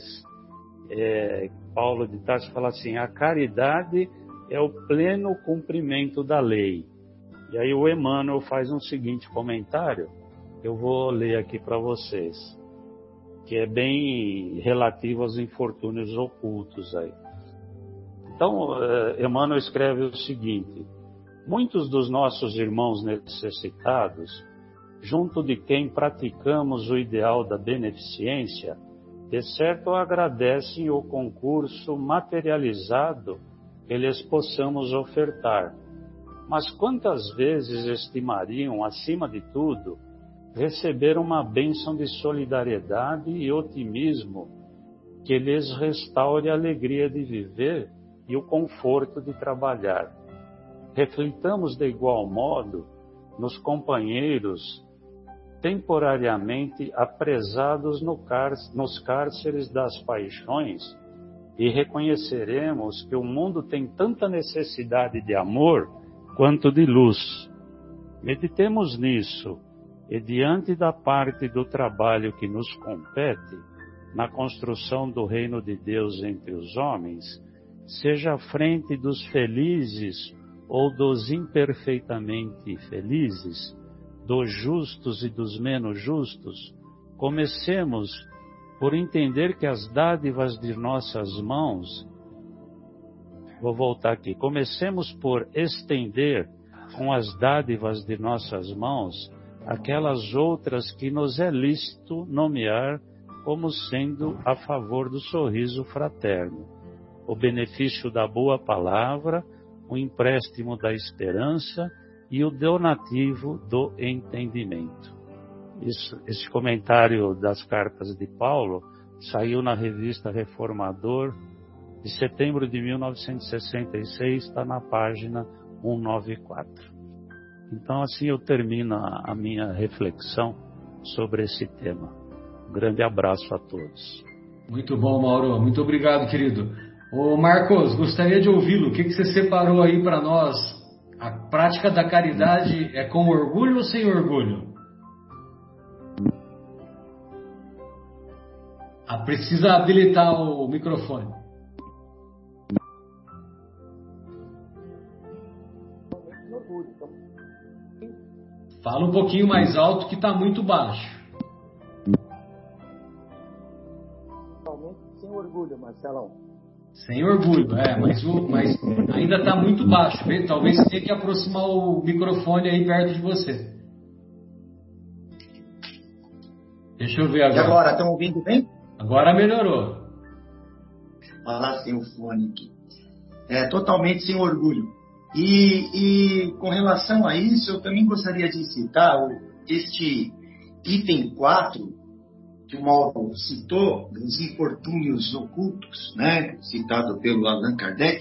Paulo de Tarso fala assim: a caridade é o pleno cumprimento da lei. E aí o Emmanuel faz um seguinte comentário, eu vou ler aqui para vocês, que é bem relativo aos infortúnios ocultos aí. Então, Emmanuel escreve o seguinte: muitos dos nossos irmãos necessitados, junto de quem praticamos o ideal da beneficência, de certo agradecem o concurso materializado que lhes possamos ofertar. Mas quantas vezes estimariam, acima de tudo, receber uma bênção de solidariedade e otimismo que lhes restaure a alegria de viver e o conforto de trabalhar. Reflitamos de igual modo nos companheiros temporariamente apresados nos cárceres das paixões e reconheceremos que o mundo tem tanta necessidade de amor quanto de luz. Meditemos nisso e, diante da parte do trabalho que nos compete na construção do reino de Deus entre os homens, seja à frente dos felizes ou dos imperfeitamente felizes, dos justos e dos menos justos, comecemos por entender que as dádivas de nossas mãos, comecemos por estender com as dádivas de nossas mãos aquelas outras que nos é lícito nomear como sendo a favor do sorriso fraterno, o benefício da boa palavra, o empréstimo da esperança e o donativo do entendimento. Esse comentário das cartas de Paulo saiu na revista Reformador de setembro de 1966, está na página 194. Então, assim eu termino a minha reflexão sobre esse tema. Um grande abraço a todos. Muito bom, Mauro. Muito obrigado, querido. Ô Marcos, gostaria de ouvi-lo. O que você separou aí para nós? A prática da caridade é com orgulho ou sem orgulho? Precisa habilitar o microfone. Fala um pouquinho mais alto que está muito baixo. Sem orgulho, Marcelão. Sem orgulho, mas ainda está muito baixo. Talvez você tenha que aproximar o microfone aí perto de você. Deixa eu ver agora. E agora, estão ouvindo bem? Agora melhorou. Falar sem o fone aqui. Totalmente sem orgulho. E com relação a isso, eu também gostaria de citar este item 4, que o Mauro citou, dos infortúnios ocultos, né, citado pelo Allan Kardec,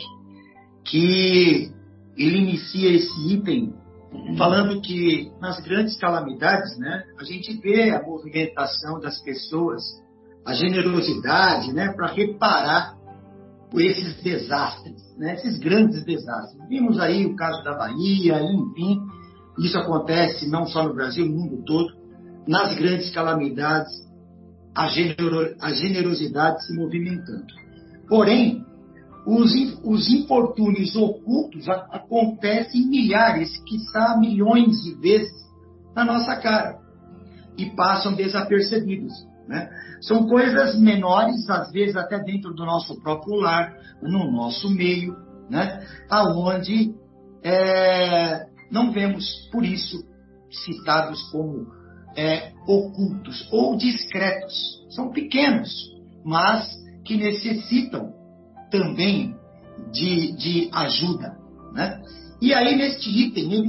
que ele inicia esse item falando que nas grandes calamidades, né, a gente vê a movimentação das pessoas, a generosidade, né, para reparar esses desastres, né, esses grandes desastres. Vimos aí o caso da Bahia, enfim, isso acontece não só no Brasil, no mundo todo, nas grandes calamidades, a generosidade se movimentando. Porém, os infortúnios ocultos acontecem milhares, quiçá milhões de vezes na nossa cara e passam desapercebidos, né? São coisas menores, às vezes até dentro do nosso próprio lar, no nosso meio, né? Aonde não vemos, por isso, citados como ocultos ou discretos. São pequenos, mas que necessitam também de ajuda, né? E aí, neste item, ele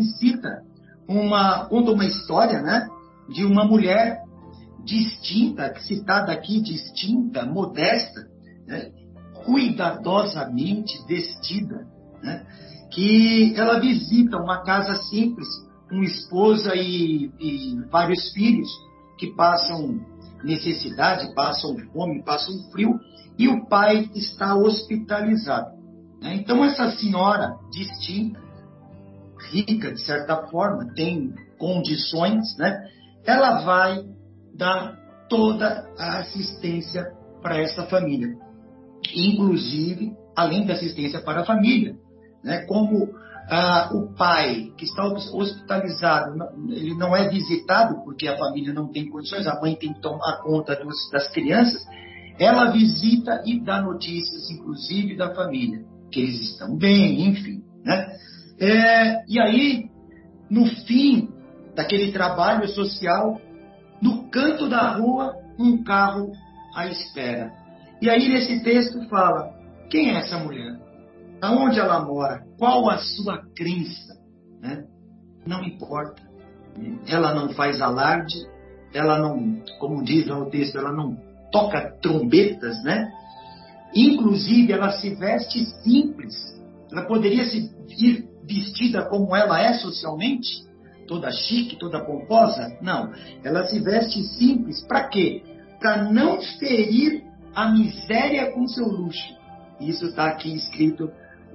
conta uma história, né, de uma mulher distinta, citada aqui, distinta, modesta, né, cuidadosamente vestida, né, que ela visita uma casa simples, uma esposa e vários filhos que passam necessidade, passam fome, passam frio, e o pai está hospitalizado, né? Então, essa senhora distinta, rica de certa forma, tem condições, né? Ela vai dar toda a assistência para essa família. Inclusive, além da assistência para a família, né? Como o pai que está hospitalizado, ele não é visitado porque a família não tem condições, a mãe tem que tomar conta das crianças, ela visita e dá notícias, inclusive, da família, que eles estão bem, enfim, né? E aí, no fim daquele trabalho social, no canto da rua, um carro à espera. E aí, nesse texto, fala: quem é essa mulher? Aonde ela mora? Qual a sua crença? Né? Não importa. Ela não faz alarde, ela não, como diz lá o texto, ela não toca trombetas, né? Inclusive, ela se veste simples. Ela poderia se ir vestida como ela é socialmente, toda chique, toda pomposa? Não. Ela se veste simples. Para quê? Para não ferir a miséria com seu luxo. Isso está aqui escrito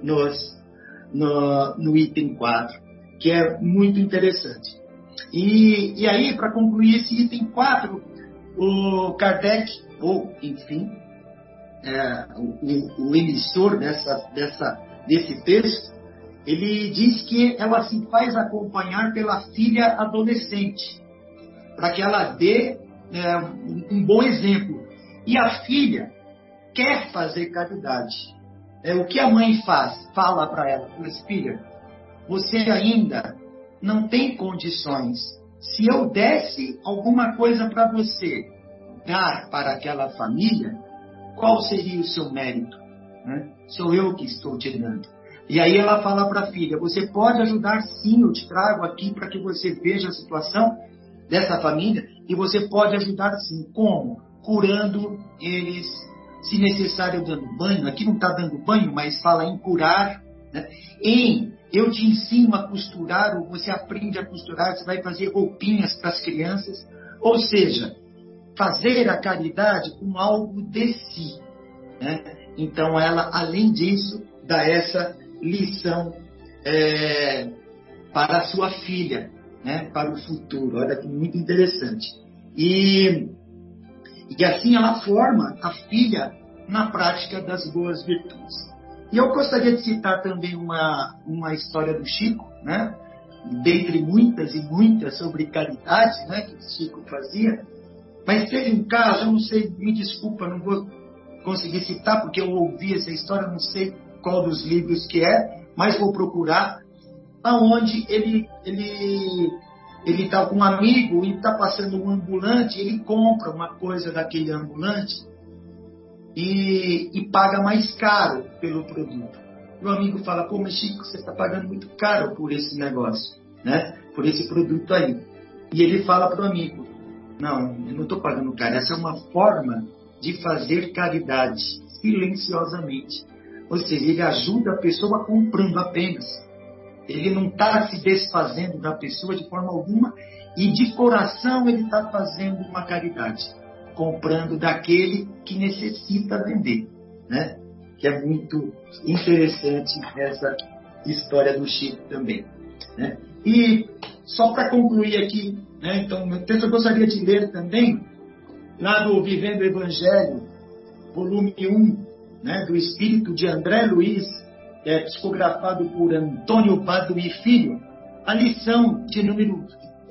no item 4, que é muito interessante. E aí, para concluir esse item 4, o Kardec, ou enfim, o emissor desse texto, ele diz que ela se faz acompanhar pela filha adolescente, para que ela dê um bom exemplo. E a filha quer fazer caridade. O que a mãe faz? Fala para ela: filha, você ainda não tem condições. Se eu desse alguma coisa para você dar para aquela família, qual seria o seu mérito? Sou eu que estou te dando. E aí ela fala para a filha: você pode ajudar sim, eu te trago aqui para que você veja a situação dessa família, e você pode ajudar sim. Como? Curando eles, se necessário dando banho. Aqui não está dando banho, mas fala em curar, né? Eu te ensino a costurar, ou você aprende a costurar, você vai fazer roupinhas para as crianças. Ou seja, fazer a caridade com algo de si, né? Então, ela, além disso, dá essa lição para a sua filha, né, para o futuro. Olha que muito interessante. E assim ela forma a filha na prática das boas virtudes. E eu gostaria de citar também uma história do Chico, né, dentre muitas e muitas sobre caridade, né, que o Chico fazia. Mas teve um caso, eu não sei, me desculpa, não vou conseguir citar, porque eu ouvi essa história, não sei qual dos livros que é, mas vou procurar, aonde ele está com um amigo e está passando um ambulante, ele compra uma coisa daquele ambulante e paga mais caro pelo produto. O amigo fala, pô, mas Chico, você está pagando muito caro por esse negócio, né? Por esse produto aí. E ele fala para o amigo, não, eu não estou pagando caro, essa é uma forma de fazer caridade, silenciosamente. Ou seja, ele ajuda a pessoa comprando apenas. Ele não está se desfazendo da pessoa de forma alguma e de coração ele está fazendo uma caridade, comprando daquele que necessita vender, né? Que é muito interessante essa história do Chico também, né? E só para concluir aqui, né, então, meu texto eu gostaria de ler também, lá do Vivendo o Evangelho, volume 1, né, do Espírito de André Luiz, psicografado por Antônio Badui Filho, a lição de número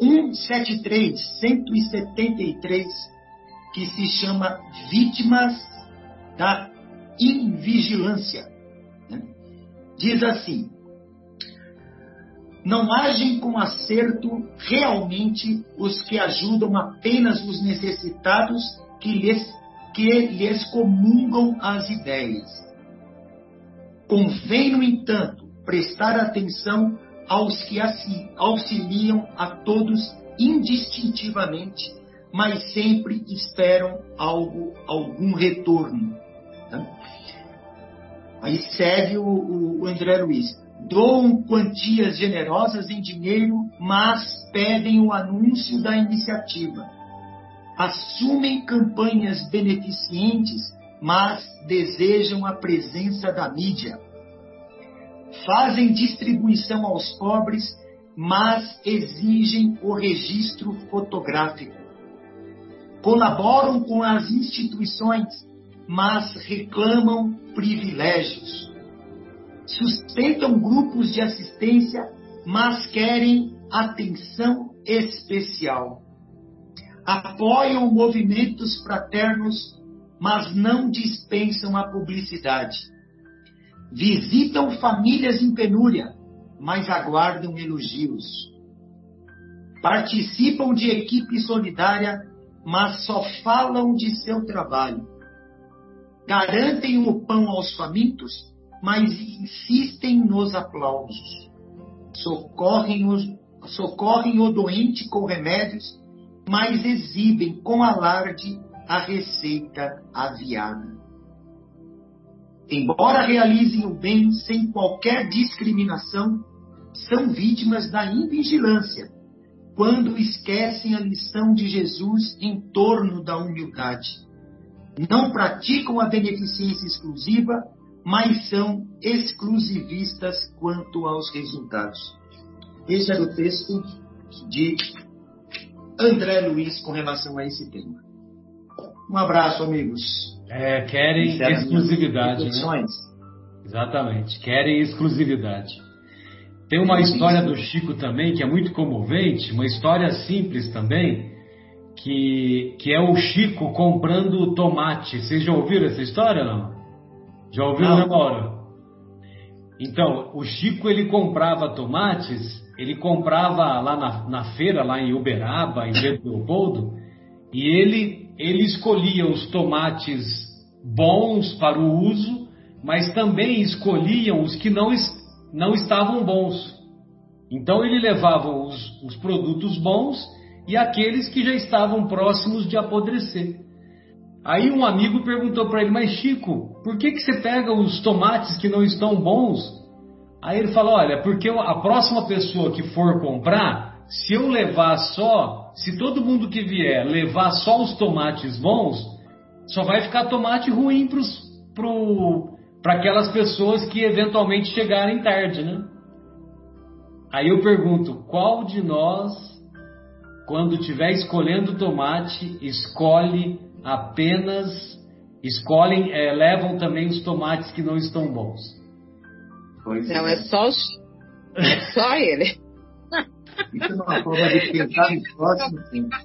173, que se chama Vítimas da Invigilância. Né? Diz assim: não agem com acerto realmente os que ajudam apenas os necessitados que lhes comungam as ideias. Convém, no entanto, prestar atenção aos que auxiliam a todos indistintivamente, mas sempre esperam algum retorno. Tá? Aí segue o André Luiz. Doam quantias generosas em dinheiro, mas pedem o anúncio da iniciativa. Assumem campanhas beneficentes, mas desejam a presença da mídia. Fazem distribuição aos pobres, mas exigem o registro fotográfico. Colaboram com as instituições, mas reclamam privilégios. Sustentam grupos de assistência, mas querem atenção especial. Apoiam movimentos fraternos, mas não dispensam a publicidade. Visitam famílias em penúria, mas aguardam elogios. Participam de equipe solidária, mas só falam de seu trabalho. Garantem o pão aos famintos, mas insistem nos aplausos. Socorrem o doente com remédios, mas exibem com alarde a receita aviada. Embora realizem o bem sem qualquer discriminação, são vítimas da invigilância, quando esquecem a lição de Jesus em torno da humildade. Não praticam a beneficência exclusiva, mas são exclusivistas quanto aos resultados. Esse era o texto de André Luiz com relação a esse tema. Um abraço, amigos. Querem exclusividade, né? Exatamente, querem exclusividade. Tem uma história do Chico também que é muito comovente, uma história simples também, que é o Chico comprando tomate. Vocês já ouviram essa história, não? Já ouviram, né, Mauro? Então, o Chico, ele comprava tomates, ele comprava lá na feira, lá em Uberaba, em Pedro Leopoldo, e ele escolhia os tomates bons para o uso, mas também escolhiam os que não estavam bons. Então ele levava os produtos bons e aqueles que já estavam próximos de apodrecer. Aí um amigo perguntou para ele, mas Chico, por que você pega os tomates que não estão bons? Aí ele falou, olha, porque a próxima pessoa que for comprar, se todo mundo que vier levar só os tomates bons, só vai ficar tomate ruim para aquelas pessoas que eventualmente chegarem tarde, né? Aí eu pergunto, qual de nós, quando estiver escolhendo tomate, levam também os tomates que não estão bons? Não, é só ele. Isso é uma forma de pensar no próximo.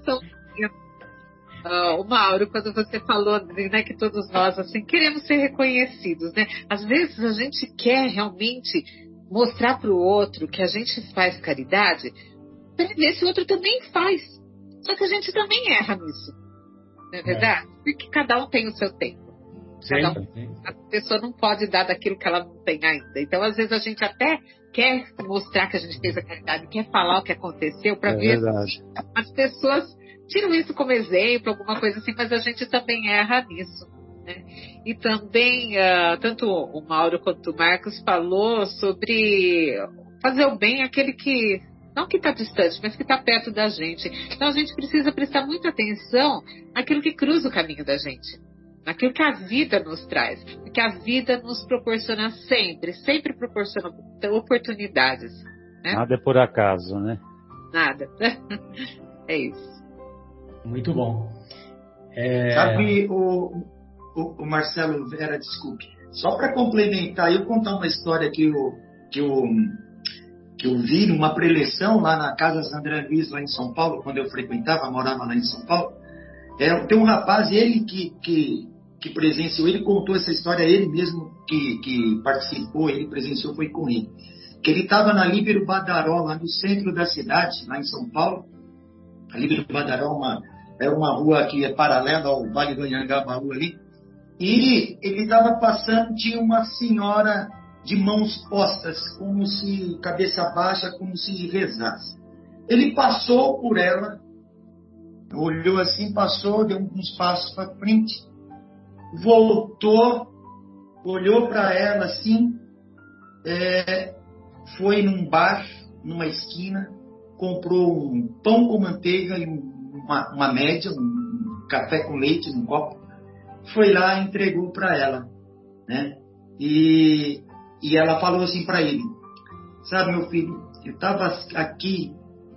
O Mauro, quando você falou, né, que todos nós assim queremos ser reconhecidos, né? Às vezes a gente quer realmente mostrar para o outro que a gente faz caridade, para ver se o outro também faz. Só que a gente também erra nisso, não é verdade? Porque cada um tem o seu tempo. A pessoa não pode dar daquilo que ela não tem ainda. Então, às vezes, a gente até quer mostrar que a gente fez a caridade, quer falar o que aconteceu, para ver se as pessoas tiram isso como exemplo, alguma coisa assim, mas a gente também erra nisso, né? E também, tanto o Mauro quanto o Marcos falou sobre fazer o bem àquele que, não que está distante, mas que está perto da gente. Então, a gente precisa prestar muita atenção naquilo que cruza o caminho da gente, naquilo que a vida nos traz, que a vida nos proporciona sempre proporciona oportunidades, né? Nada é por acaso, né? Nada. É isso. Muito bom. Sabe, o Marcelo Vera, desculpe, só para complementar, eu contar uma história que eu vi numa preleção lá na Casa André Luiz, lá em São Paulo, quando eu morava lá em São Paulo. Tem um rapaz, ele que presenciou, ele contou essa história, ele mesmo que participou, ele presenciou, foi com ele. Que ele estava na Líbero Badaró, lá no centro da cidade, lá em São Paulo. A Líbero Badaró é uma rua que é paralela ao Vale do Anhangabaú ali. E ele estava passando, tinha uma senhora de mãos postas, como se, cabeça baixa, como se rezasse. Ele passou por ela, olhou assim, passou, deu uns passos para frente, voltou, olhou para ela assim, foi num bar, numa esquina, comprou um pão com manteiga e uma média, um café com leite num copo, foi lá e entregou para ela, né? E ela falou assim para ele, sabe, meu filho, eu estava aqui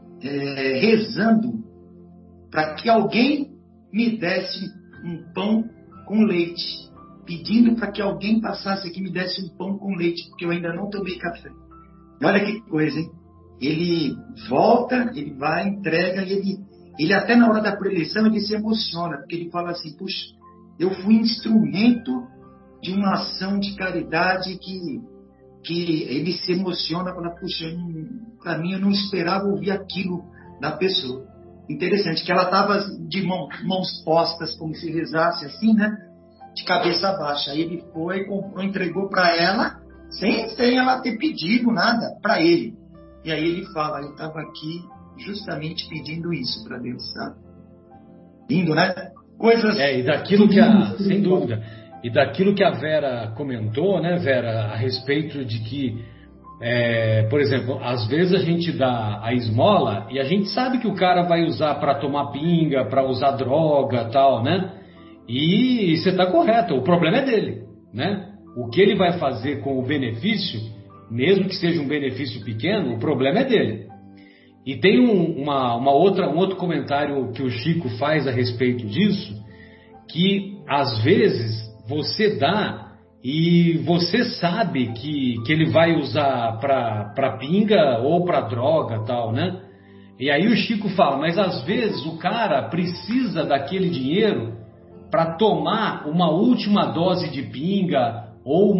rezando para que alguém me desse um pão com leite, pedindo para que alguém passasse aqui e me desse um pão com leite, porque eu ainda não tomei café. Olha que coisa, hein? Ele volta, ele vai, entrega, e ele até na hora da preleção ele se emociona, porque ele fala assim, puxa, eu fui instrumento de uma ação de caridade que ele se emociona, fala, puxa, para mim eu não esperava ouvir aquilo da pessoa. Interessante, que ela estava de mãos postas, como se rezasse assim, né? De cabeça baixa. Aí ele foi, comprou, entregou para ela, sem ela ter pedido nada para ele. E aí ele fala, eu estava aqui justamente pedindo isso para Deus, tá? Lindo, né? Coisas... e daquilo sem dúvida, e daquilo que a Vera comentou, né, Vera, a respeito de que, por exemplo, às vezes a gente dá a esmola e a gente sabe que o cara vai usar para tomar pinga, para usar droga, tal, né? E você está correto, o problema é dele, né? O que ele vai fazer com o benefício, mesmo que seja um benefício pequeno, o problema é dele. E tem um outro comentário que o Chico faz a respeito disso, que às vezes você dá e você sabe que ele vai usar para pinga ou para droga, tal, né? E aí o Chico fala, mas às vezes o cara precisa daquele dinheiro para tomar uma última dose de pinga ou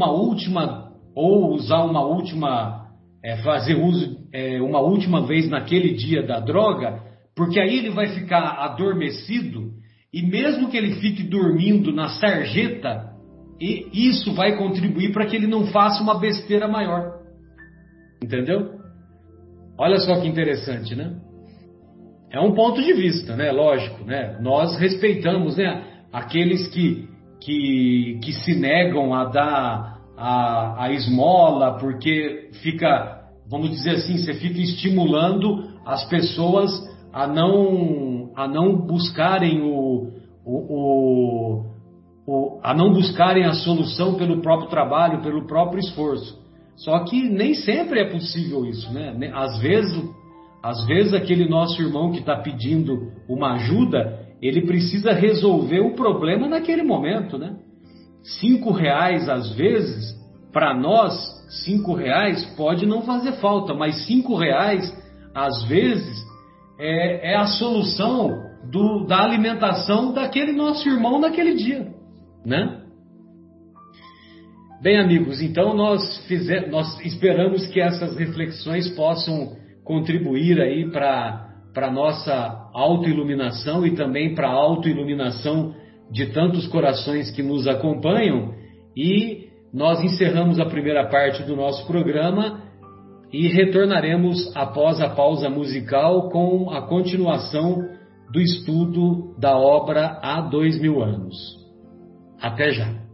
usar uma última, fazer uso uma última vez naquele dia da droga, porque aí ele vai ficar adormecido e mesmo que ele fique dormindo na sarjeta, isso vai contribuir para que ele não faça uma besteira maior. Entendeu? Olha só que interessante, né? É um ponto de vista, né? Lógico, né? Nós respeitamos, né, aqueles que se negam a dar a esmola, porque fica, vamos dizer assim, você fica estimulando as pessoas a não buscarem a não buscarem a solução pelo próprio trabalho, pelo próprio esforço. Só que nem sempre é possível isso, né? Às vezes aquele nosso irmão que está pedindo uma ajuda, ele precisa resolver o problema naquele momento, né? R$5, às vezes, para nós, R$5 pode não fazer falta, mas R$5, às vezes, é a solução da alimentação daquele nosso irmão naquele dia, né? Bem, amigos, então nós esperamos que essas reflexões possam contribuir aí para a nossa autoiluminação e também para a autoiluminação de tantos corações que nos acompanham. E nós encerramos a primeira parte do nosso programa e retornaremos após a pausa musical com a continuação do estudo da obra Há 2000 anos. Até já!